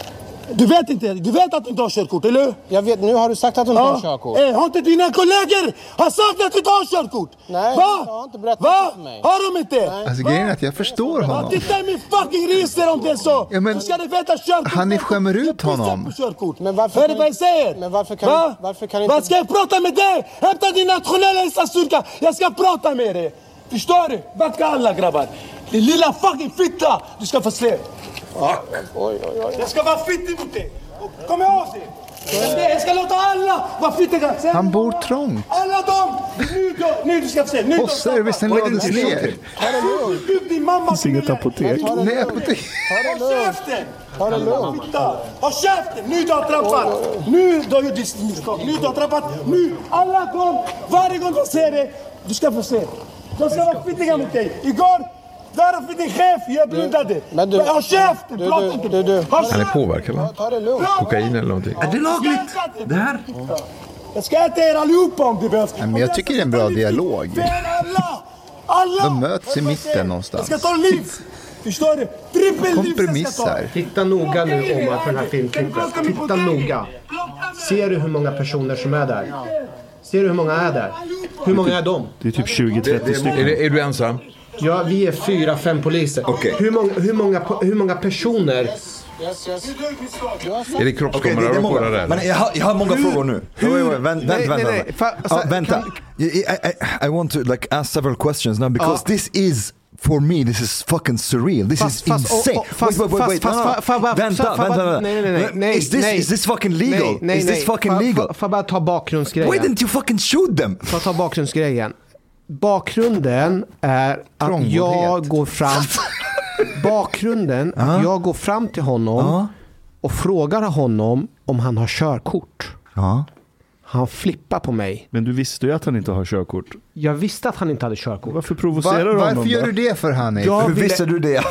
Du vet att du inte har körkort, eller hur? Jag vet, nu har du sagt att du inte har körkort. Har inte dina kollegor sagt att du inte har körkort? Nej, Va? jag har inte berättat det för mig. Har de inte? Nej. Alltså grejen är att jag förstår honom. Titta i min fucking register om det är så. Ja, men du ska veta körkort. han är skämmer ut honom. Men varför Hör du vad jag säger? Men varför kan inte... Vad ska jag prata med dig? Hämta din nationella insatsstyrka. Jag ska prata med dig. Förstår du? Backa alla grabbar. Din lilla fucking fitta. Du ska få se. Oj. Jag ska vara fittig mot dig. Kom ihåg det. Jag ska låta alla vara fittiga. Han bor trångt. Alla dem. Nu du ska få se. Postservicen lades ner. Din mamma. Det finns inget apotek. Nej, apotek. Håll käften. Ta det lugnt. Håll käften. Nu du har trampat. Nu du har gjort ditt misstag. Nu du har trampat. Nu. Alla kom. Varje gång de ser det. Du ska få se. De ska vara fittiga mot dig. Igår. Där fick din chef, jag blundade. Men du... Håll käften, prata inte. Du. Han är påverkad, va? Ta det lugnt. Kokain eller någonting. Är det lagligt? Det här? Jag ska äta er allihopa om det behövs. Men jag tycker det är en bra dialog. Alla. De möts i mitten någonstans. Jag ska ta liv. Förstår du? Trippelliv. Kompromissar. Titta noga nu Omar på den här filmklippet. Titta noga. Ser du hur många personer som är där? Ser du hur många är där? Hur många är de? Det är typ 20-30 stycken. Är du ensam? Ja, vi är 4-5 poliser. Okej. Hur många personer? Är det kroppskamera på det där? Men jag har många frågor nu. Vänta. I want to like ask several questions now because this is for me this is fucking surreal. This is insane. Wait. Vänta. Nej. Is this fucking legal? Is this fucking legal? Får bara ta bakgrundsgrejen. Why didn't you fucking shoot them? Får ta bakgrundsgrejen. Bakgrunden är att jag går fram. Jag går fram till honom och frågar honom om han har körkort. Han flippar på mig. Men du visste ju att han inte har körkort. Jag visste att han inte hade körkort. Varför provocerar du honom? Varför gör du det för Hanif? Hur visste du det?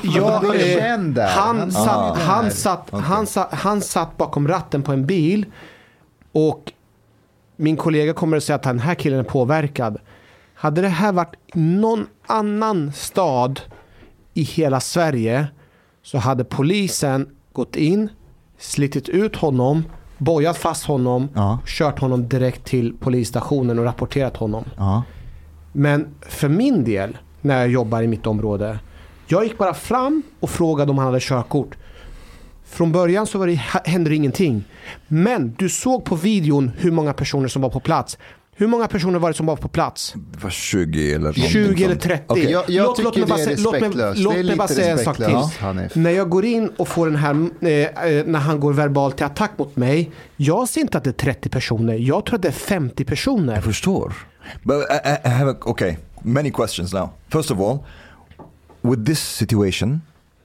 Han satt bakom ratten på en bil och min kollega kommer att säga att den här killen är påverkad. Hade det här varit någon annan stad i hela Sverige så hade polisen gått in, slitit ut honom, bojat fast honom, kört honom direkt till polisstationen och rapporterat honom. Men för min del, när jag jobbar i mitt område, jag gick bara fram och frågade om han hade körkort. Från början så hände ingenting. Men du såg på videon hur många personer som var på plats. Hur många personer var det som var på plats? Det var 20 eller 20 eller 30. Okay. Jag tycker det är respektlöst. Låt mig bara säga en sak till. När jag går in och får den här när han går verbalt till attack mot mig, jag ser inte att det är 30 personer. Jag tror att det är 50 personer. Jag förstår. But I have many questions now. First of all, with this situation,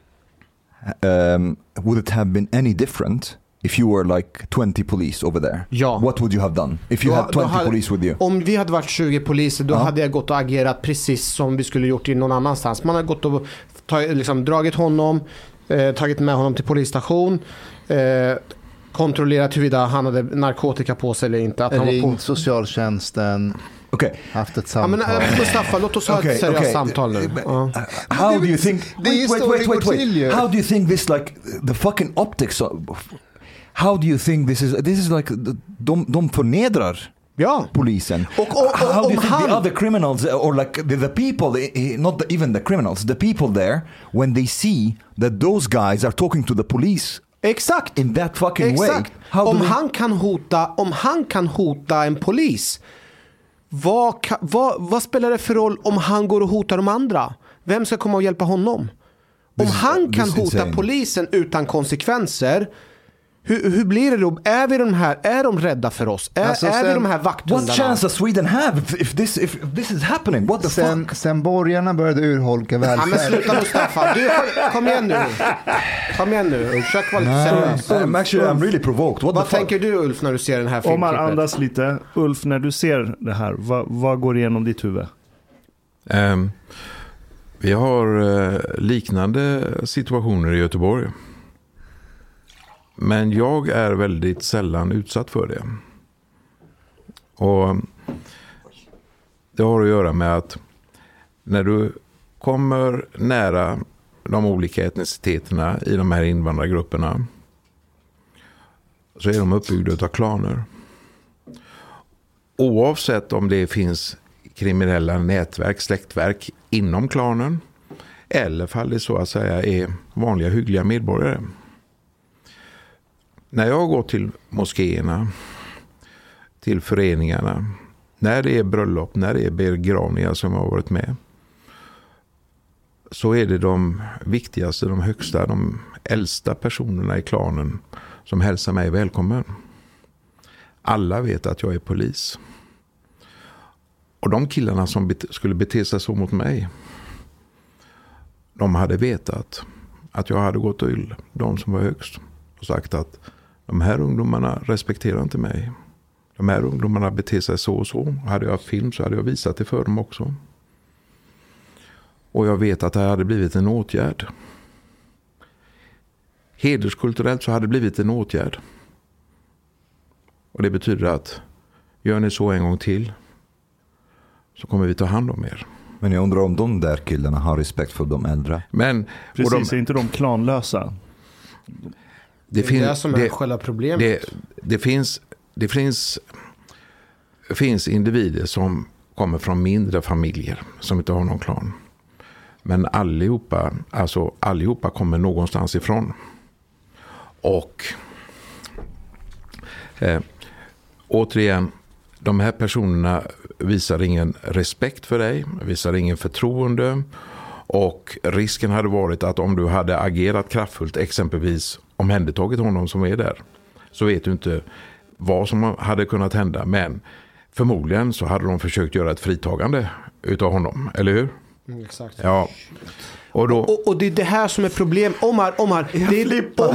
would it have been any different if you were like 20 police over there? Ja. What would you have done if you had 20 police with you? Om vi hade varit 20 poliser, då hade jag gått och agerat precis som vi skulle gjort i någon annanstans. Man hade gått och dragit honom, tagit med honom till polisstation, kontrollerat huruvida han hade narkotika på sig eller inte. Att han var på socialtjänsten. Haft ett samtal. Mustafa, låt oss ha ett seriöst samtal nu. How do you think? Wait. How do you think this like the fucking optics? How do you think this is like de förnedrar polisen? How do you think the other criminals or like the people, not even the criminals, the people there, when they see that those guys are talking to the police? Exakt. In that fucking way. Om han kan hota en polis, vad spelar det för roll om han går och hotar de andra? Vem ska komma och hjälpa honom? Om han kan hota polisen utan konsekvenser, hur blir det då? Är de rädda för oss? Är vi de här vakthundarna? What chance does Sweden have if this is happening? What the fuck? Sen borgarna började urholka välfärd. Men sluta Mustafa. Kom igen nu. Försök vara lite seriös. I'm really provoked. Vad tänker du, Ulf, när du ser den här filmen? Omar, andas lite. Ulf, när du ser det här, vad går igenom ditt huvud? Vi har liknande situationer i Göteborg. Men jag är väldigt sällan utsatt för det. Och det har att göra med att när du kommer nära de olika etniciteterna i de här invandrargrupperna så är de uppbyggda av klaner. Oavsett om det finns kriminella nätverk, släktverk inom klanen eller fall det så att säga är vanliga hyggliga medborgare. När jag går till moskéerna, till föreningarna, när det är bröllop, när det är begravningar som jag har varit med, så är det de viktigaste, de högsta, de äldsta personerna i klanen som hälsar mig välkommen. Alla vet att jag är polis. Och de killarna som skulle bete sig så mot mig, de hade vetat att jag hade gått till de som var högst och sagt att de här ungdomarna respekterar inte mig. De här ungdomarna beter sig så och så. Hade jag film så hade jag visat det för dem också. Och jag vet att det hade blivit en åtgärd. Hederskulturellt så hade det blivit en åtgärd. Och det betyder att gör ni så en gång till så kommer vi ta hand om er. Men jag undrar om de där killarna har respekt för de äldre. Men, precis, är inte de klanlösa? Det är det som är själva problemet. Det finns individer som kommer från mindre familjer som inte har någon klan. Men allihopa kommer någonstans ifrån. Och återigen, de här personerna visar ingen respekt för dig, visar ingen förtroende, och risken hade varit att om du hade agerat kraftfullt, exempelvis omhändertagit honom som är där, så vet du inte vad som hade kunnat hända, men förmodligen så hade de försökt göra ett fritagande utav honom, eller hur? Exakt. Ja. Och det är det här som är problem. Omar, det är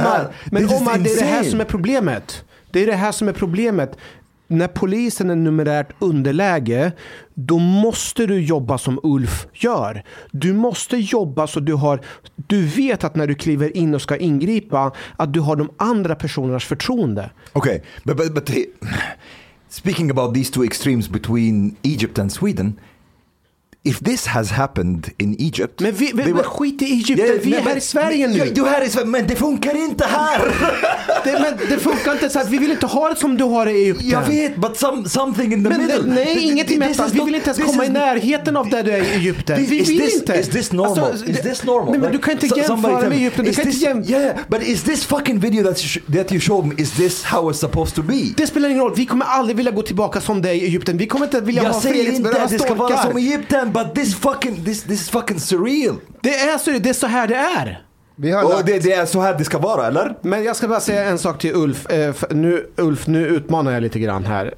det här som är problemet. Det är det här som är problemet. När polisen är numerärt underläge, då måste du jobba som Ulf gör. Du måste jobba så du vet att när du kliver in och ska ingripa, att du har de andra personernas förtroende. Okay, but speaking about these two extremes between Egypt and Sweden, if this has happened in Egypt... Men skit i Egypten, vi är här i Sverige nu. Du är här i Sverige, men det funkar inte här. det funkar inte så att vi vill inte ha det som du har det i Egypten. Jag vet, but something in the middle. Nej, inget i mitten. Vi vill inte ens komma i närheten av där du är i Egypten. Vi vill inte. Is this normal? Alltså, is this normal? Nej, men du kan inte jämföra med Egypten. Du kan inte yeah, but is this fucking video that you showed me, is this how it's supposed to be? Det spelar ingen roll. Vi kommer aldrig vilja gå tillbaka som det är i Egypten. Vi kommer inte vilja ha frihetsberövade storkar. Jag säger inte att det ska vara som i Egypten, but this is fucking surreal. Det är så här det är. Det är så här det ska vara, eller? Men jag ska bara säga en sak till Ulf. Nu utmanar jag lite grann här.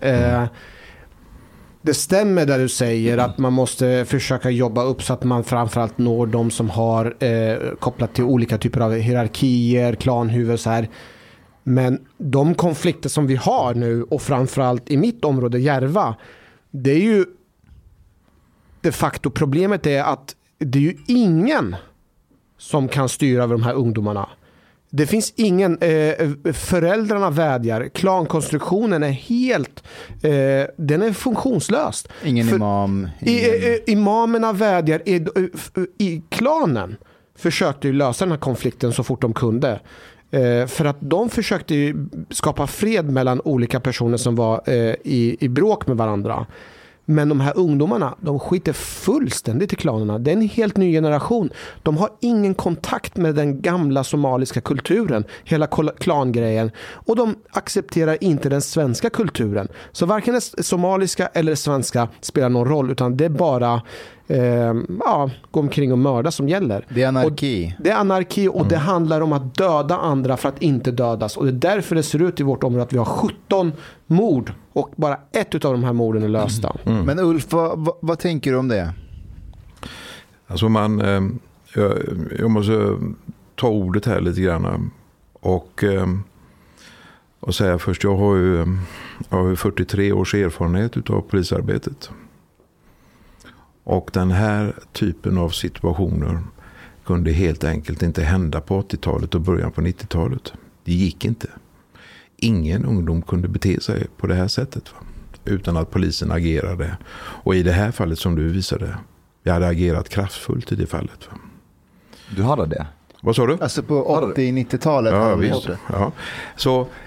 Det stämmer där du säger att man måste försöka jobba upp så att man framförallt når de som har kopplat till olika typer av hierarkier, klanhuvud så här. Men de konflikter som vi har nu, och framförallt i mitt område Järva, det är ju de facto problemet är att det är ju ingen som kan styra över de här ungdomarna. Det finns ingen, föräldrarna vädjar, klankonstruktionen är helt, den är funktionslös. Imamerna vädjar, i klanen försökte ju lösa den här konflikten så fort de kunde. För att de försökte skapa fred mellan olika personer som var i bråk med varandra. Men de här ungdomarna, de skiter fullständigt i klanerna. Det är en helt ny generation. De har ingen kontakt med den gamla somaliska kulturen, hela klangrejen. Och de accepterar inte den svenska kulturen. Så varken den somaliska eller svenska spelar någon roll, utan det är bara gå omkring och mörda som gäller. Det är anarki. Det är anarki, och det handlar om att döda andra för att inte dödas. Och det är därför det ser ut i vårt område att vi har 17 mord och bara ett av de här morden är lösta. Men Ulf, vad tänker du om det? Alltså jag måste ta ordet här lite grann och säga först, jag har ju 43 års erfarenhet utav polisarbetet. Och den här typen av situationer kunde helt enkelt inte hända på 80-talet och början på 90-talet. Det gick inte. Ingen ungdom kunde bete sig på det här sättet, va? Utan att polisen agerade. Och i det här fallet som du visade, jag hade agerat kraftfullt i det fallet. Va? Du hade det? Vad sa du? Alltså på 80-90-talet? Ja, visst. Ja. Så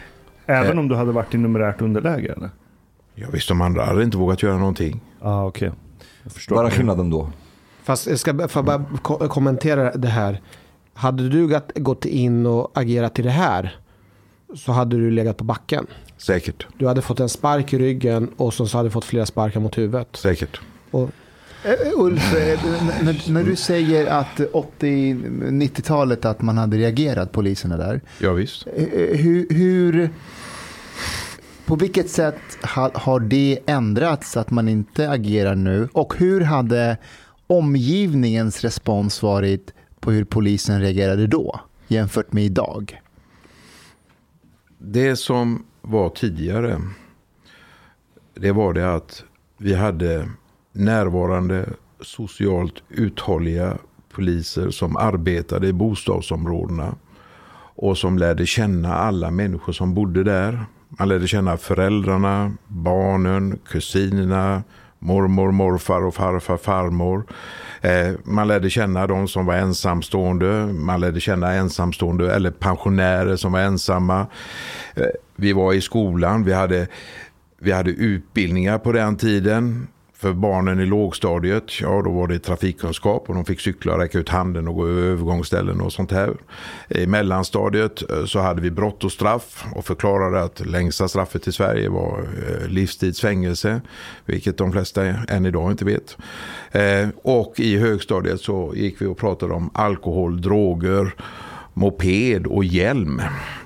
Även om du hade varit i numerärt underläge, eller? Ja, visst, de andra hade inte vågat göra någonting. Ja, okej. Jag förstår. Vad är skillnaden då? Fast jag ska bara kommentera det här. Hade du gått in och agerat i det här, så hade du legat på backen. Säkert. Du hade fått en spark i ryggen och så hade du fått flera sparkar mot huvudet. Säkert. Och Ulf, när du säger att 80-90-talet att man hade reagerat, poliserna där. Ja, visst. Hur på vilket sätt har det ändrats att man inte agerar nu? Och hur hade omgivningens respons varit på hur polisen reagerade då jämfört med idag? Det som var tidigare, det var det att vi hade närvarande, socialt uthålliga poliser som arbetade i bostadsområdena och som lärde känna alla människor som bodde där. Man lärde känna föräldrarna, barnen, kusinerna, mormor, morfar och farfar, farmor. Man lärde känna de som var ensamstående. Man lärde känna ensamstående eller pensionärer som var ensamma. Vi var i skolan. Vi hade utbildningar på den tiden. För barnen i lågstadiet, ja, då var det trafikkunskap och de fick cykla och räcka ut handen och gå över övergångsställen och sånt här. I mellanstadiet så hade vi brott och straff och förklarade att längsta straffet i Sverige var livstidsfängelse, vilket de flesta än idag inte vet. Och i högstadiet så gick vi och pratade om alkohol, droger, moped och hjälm.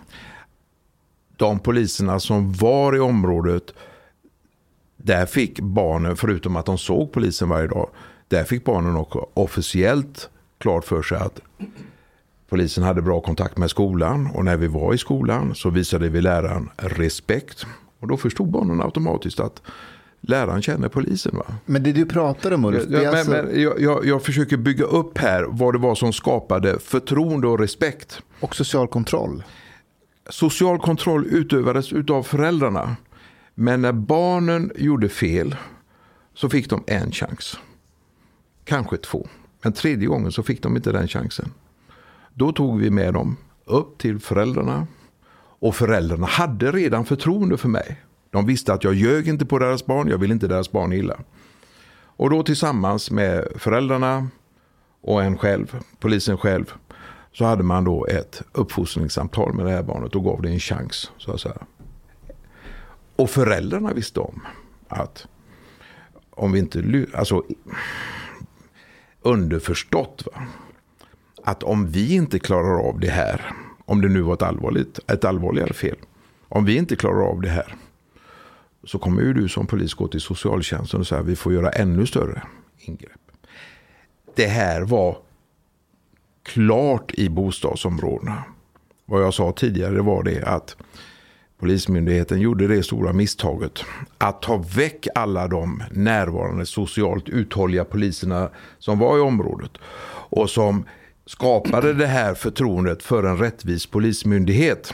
De poliserna som var i området, där fick barnen, förutom att de såg polisen varje dag, där fick barnen också officiellt klart för sig att polisen hade bra kontakt med skolan. Och när vi var i skolan så visade vi läraren respekt. Och då förstod barnen automatiskt att läraren känner polisen, va? Men det du pratar om, Ulf, jag försöker bygga upp här vad det var som skapade förtroende och respekt. Och social kontroll. Social kontroll utövades utav föräldrarna. Men när barnen gjorde fel så fick de en chans. Kanske 2. Men 3:e gången så fick de inte den chansen. Då tog vi med dem upp till föräldrarna. Och föräldrarna hade redan förtroende för mig. De visste att jag ljög inte på deras barn. Jag vill inte deras barn illa. Och då tillsammans med föräldrarna och en själv, polisen själv, så hade man då ett uppfostringssamtal med det här barnet och gav det en chans, så att säga. Och föräldrarna visste om att om vi inte, alltså underförstått, va, att om vi inte klarar av det här, om det nu var ett allvarligare fel, om vi inte klarar av det här, så kommer ju du som polis gå till socialtjänsten och säga att vi får göra ännu större ingrepp. Det här var klart i bostadsområdena. Vad jag sa tidigare var det att Polismyndigheten gjorde det stora misstaget att ta väck alla de närvarande socialt uthålliga poliserna som var i området och som skapade det här förtroendet för en rättvis polismyndighet.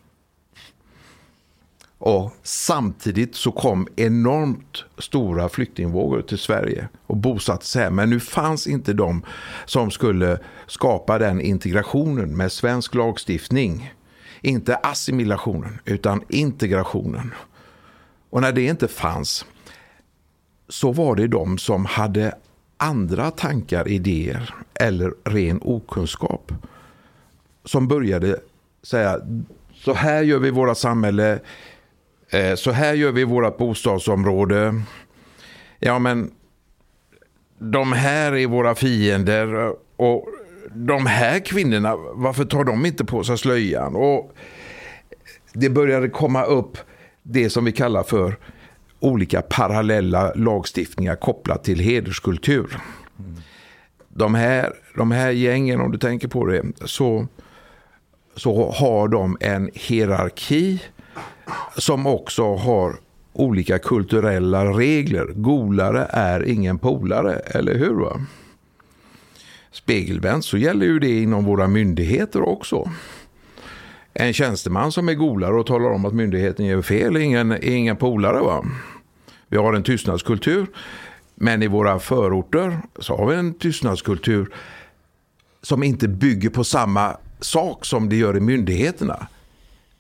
Och samtidigt så kom enormt stora flyktingvågor till Sverige och bosatte sig här. Men nu fanns inte de som skulle skapa den integrationen med svensk lagstiftning. Inte assimilationen utan integrationen. Och när det inte fanns så var det de som hade andra tankar, idéer eller ren okunskap som började säga: så här gör vi våra samhälle, så här gör vi vårat bostadsområde. Ja, men de här är våra fiender och de här kvinnorna, varför tar de inte på sig slöjan? Och det började komma upp det som vi kallar för olika parallella lagstiftningar kopplat till hederskultur. De här gängen, om du tänker på det, så har de en hierarki som också har olika kulturella regler. Golare är ingen polare, eller hur, va? Spegelvänt så gäller ju det inom våra myndigheter också. En tjänsteman som är golare och talar om att myndigheten gör fel är ingen polare, va? Vi har en tystnadskultur, men i våra förorter så har vi en tystnadskultur som inte bygger på samma sak som det gör i myndigheterna.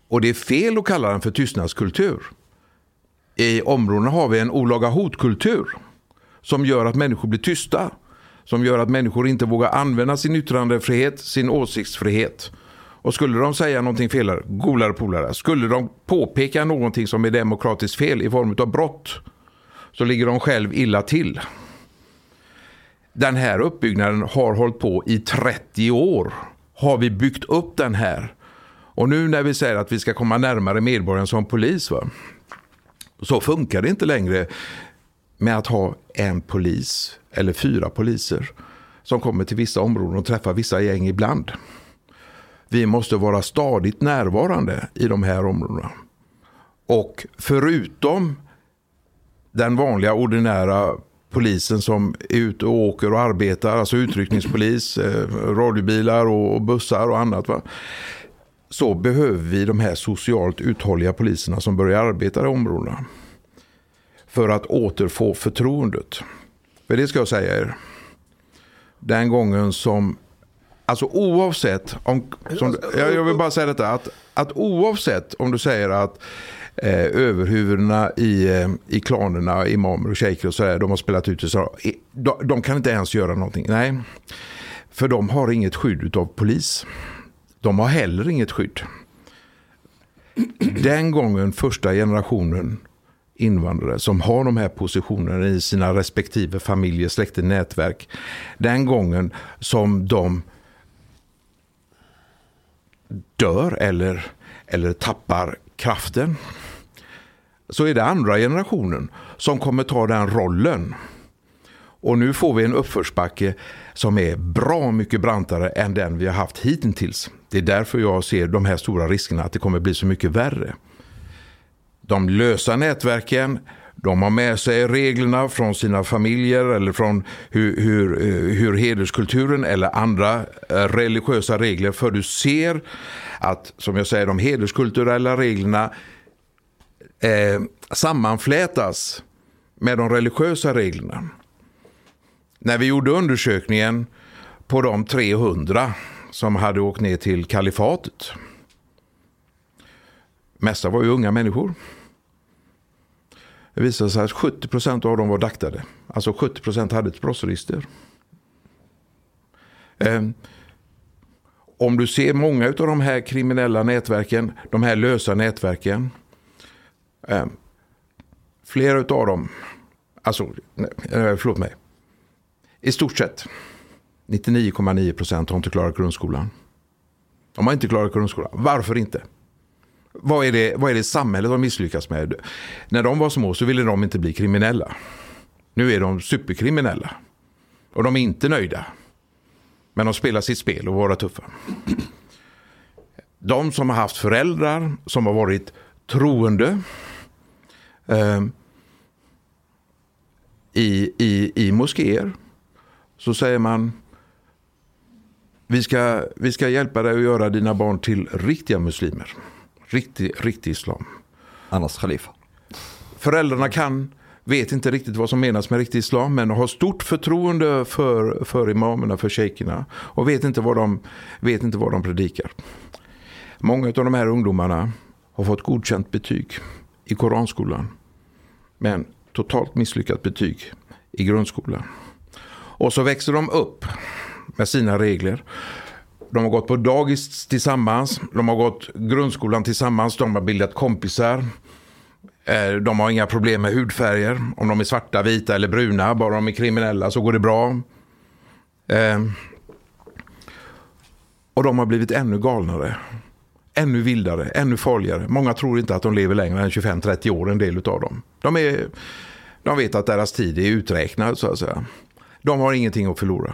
Och det är fel att kalla den för tystnadskultur. I områdena har vi en olaga hotkultur som gör att människor blir tysta. Som gör att människor inte vågar använda sin yttrandefrihet, sin åsiktsfrihet. Och skulle de säga någonting fel, golare polare, skulle de påpeka någonting som är demokratiskt fel i form av brott, så ligger de själv illa till. Den här uppbyggnaden har hållit på i 30 år. Har vi byggt upp den här. Och nu när vi säger att vi ska komma närmare medborgaren som polis, så funkar det inte längre med att ha en polis eller 4 poliser som kommer till vissa områden och träffar vissa gäng ibland. Vi måste vara stadigt närvarande i de här områdena. Och förutom den vanliga ordinära polisen som är ute och åker och arbetar, alltså utryckningspolis, radiobilar och bussar och annat, så behöver vi de här socialt uthålliga poliserna som börjar arbeta i områdena för att återfå förtroendet. För det ska jag säga er, den gången som, alltså oavsett om, som, jag vill bara säga detta, att oavsett om du säger att överhuvudena i klanerna, imamer och shejker och så där, de har spelat ut så de kan inte ens göra någonting. Nej, för de har inget skydd av polis. De har heller inget skydd. Den gången första generationen invandrare som har de här positionerna i sina respektive familjer, släkter, nätverk, den gången som de dör eller tappar kraften, så är det andra generationen som kommer ta den rollen. Och nu får vi en uppförsbacke som är bra mycket brantare än den vi har haft hittills. Det är därför jag ser de här stora riskerna att det kommer bli så mycket värre. De lösa nätverken, de har med sig reglerna från sina familjer eller från hur hederskulturen eller andra religiösa regler, för du ser att, som jag säger, de hederskulturella reglerna sammanflätas med de religiösa reglerna. När vi gjorde undersökningen på de 300 som hade åkt ner till kalifatet, mesta var ju unga människor. Det visade sig att 70% av dem var daktade. Alltså 70% hade ett brottsregister. Om du ser många av de här kriminella nätverken, de här lösa nätverken, flera av dem, alltså, förlåt mig, i stort sett 99,9% har inte klarat grundskolan. De har inte klarat grundskolan. Varför inte? Vad är det samhället har misslyckats med? När de var små så ville de inte bli kriminella. Nu är de superkriminella. Och de är inte nöjda. Men de spelar sitt spel och vara tuffa. De som har haft föräldrar som har varit troende i moskéer, så säger man: vi ska hjälpa dig att göra dina barn till riktiga muslimer. Riktig islam. Annars khalifa. Föräldrarna vet inte riktigt vad som menas med riktig islam, men har stort förtroende för imamerna, för shejkerna, och vet inte vad de predikar. Många av de här ungdomarna har fått godkänt betyg i koranskolan, men totalt misslyckat betyg i grundskolan. Och så växer de upp med sina regler. De har gått på dagis tillsammans, de har gått grundskolan tillsammans, de har bildat kompisar. De har inga problem med hudfärger. Om de är svarta, vita eller bruna, bara de är kriminella så går det bra. Och de har blivit ännu galnare, ännu vildare, ännu farligare. Många tror inte att de lever längre än 25-30 år, en del av dem. De vet att deras tid är uträknad, så att säga. De har ingenting att förlora.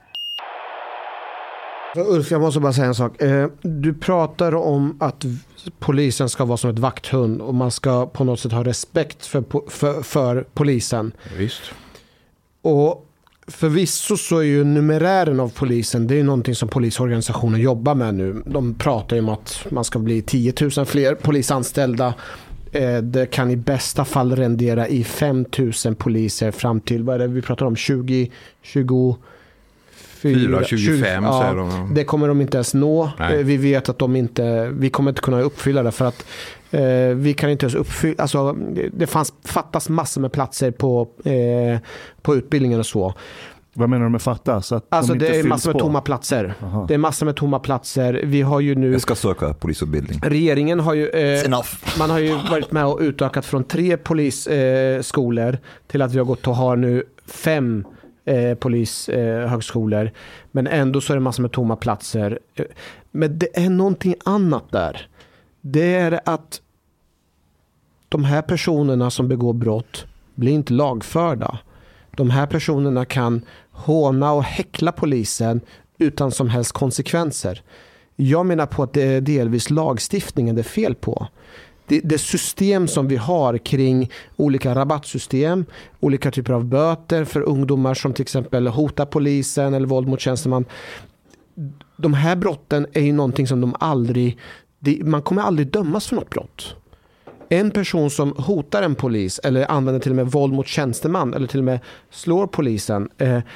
Ulf, jag måste bara säga en sak. Du pratar om att polisen ska vara som ett vakthund och man ska på något sätt ha respekt för polisen. Visst. Och förvisso så är ju numerären av polisen, det är ju någonting som polisorganisationen jobbar med nu. De pratar ju om att man ska bli 10 000 fler polisanställda. Det kan i bästa fall rendera i 5 000 poliser fram till, vad är det vi pratar om, 2024 4,25 säger de. Det kommer de inte ens nå. Vi vet att vi kommer inte kunna uppfylla det för att vi kan inte ens uppfylla, alltså det fattas massor med platser på utbildningen och så. Vad menar du med fattas? Alltså det är massor med tomma platser. Aha. Det är massor med tomma platser. Vi har ju nu... Jag ska söka polisutbildning. Regeringen har ju... man har ju varit med och utökat från 3 polisskolor till att vi har gått och har nu 5 polishögskolor. Men ändå så är det massor med tomma platser. Men det är någonting annat där. Det är att de här personerna som begår brott blir inte lagförda. De här personerna kan håna och häckla polisen utan som helst konsekvenser. Jag menar på att det är delvis lagstiftningen det är fel på. Det system som vi har kring olika rabattsystem, olika typer av böter för ungdomar som till exempel hotar polisen eller våld mot tjänsteman. De här brotten är ju någonting som man kommer aldrig dömas för något brott. En person som hotar en polis eller använder till och med våld mot tjänsteman eller till och med slår polisen,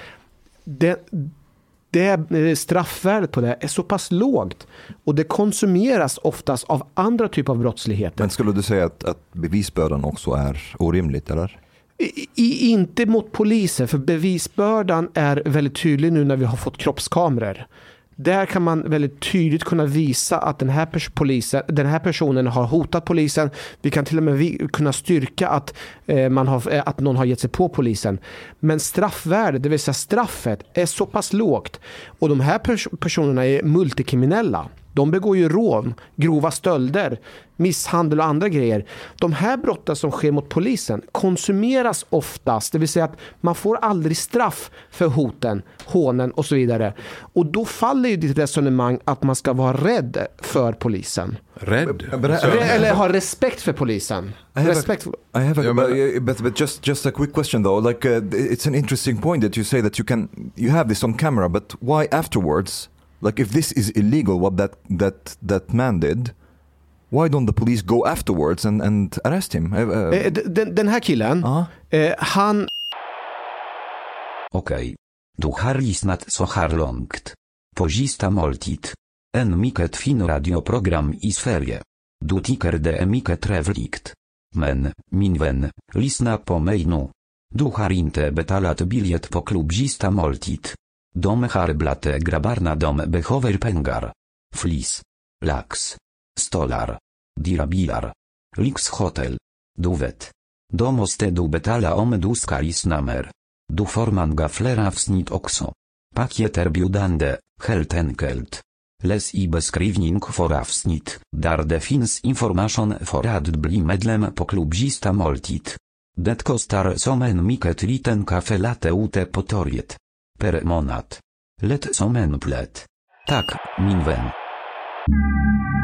det straffvärdet på det är så pass lågt och det konsumeras oftast av andra typer av brottsligheter. Men skulle du säga att bevisbördan också är orimligt, eller? Inte mot poliser, för bevisbördan är väldigt tydlig nu när vi har fått kroppskameror. Där kan man väldigt tydligt kunna visa att den här personen har hotat polisen. Vi kan till och med kunna styrka att någon har gett sig på polisen. Men straffvärdet, det vill säga straffet, är så pass lågt. Och de här personerna är multikriminella. De begår ju rån, grova stölder, misshandel och andra grejer. De här brotten som sker mot polisen konsumeras oftast. Det vill säga att man får aldrig straff för hoten, hånen och så vidare. Och då faller ju ditt resonemang att man ska vara rädd för polisen. Rädd? Eller ha respekt för polisen. But just a quick question though. Like it's an interesting point that you say that you have this on camera, but why afterwards? Like if this is illegal, what that man did, why don't the police go afterwards and arrest him? Den här killen, han... Okej. Du har lyssnat så här långt. På Sista måltid. En mycket fin radioprogram i Sverige. Du tycker det är mycket trevligt. Men, min vän, lyssna på mig nu. Du har inte betalat biljett på klubb Sista måltid. De har blate grabbarna behöver pengar. Flis. Lax. Stolar. Dirabilar. Lyxhotel. Du vet. Då måste du betala om du ska lyssna mer. Du får många fler avsnitt också. Paket erbjudande, helt enkelt. Läs i beskrivning för avsnitt, där det finns information för att bli medlem på klubb Sista måltid. Det kostar som en mycket liten kaffe latte ute på torget. Per månad. Lätt som en plätt. Tack, min vän.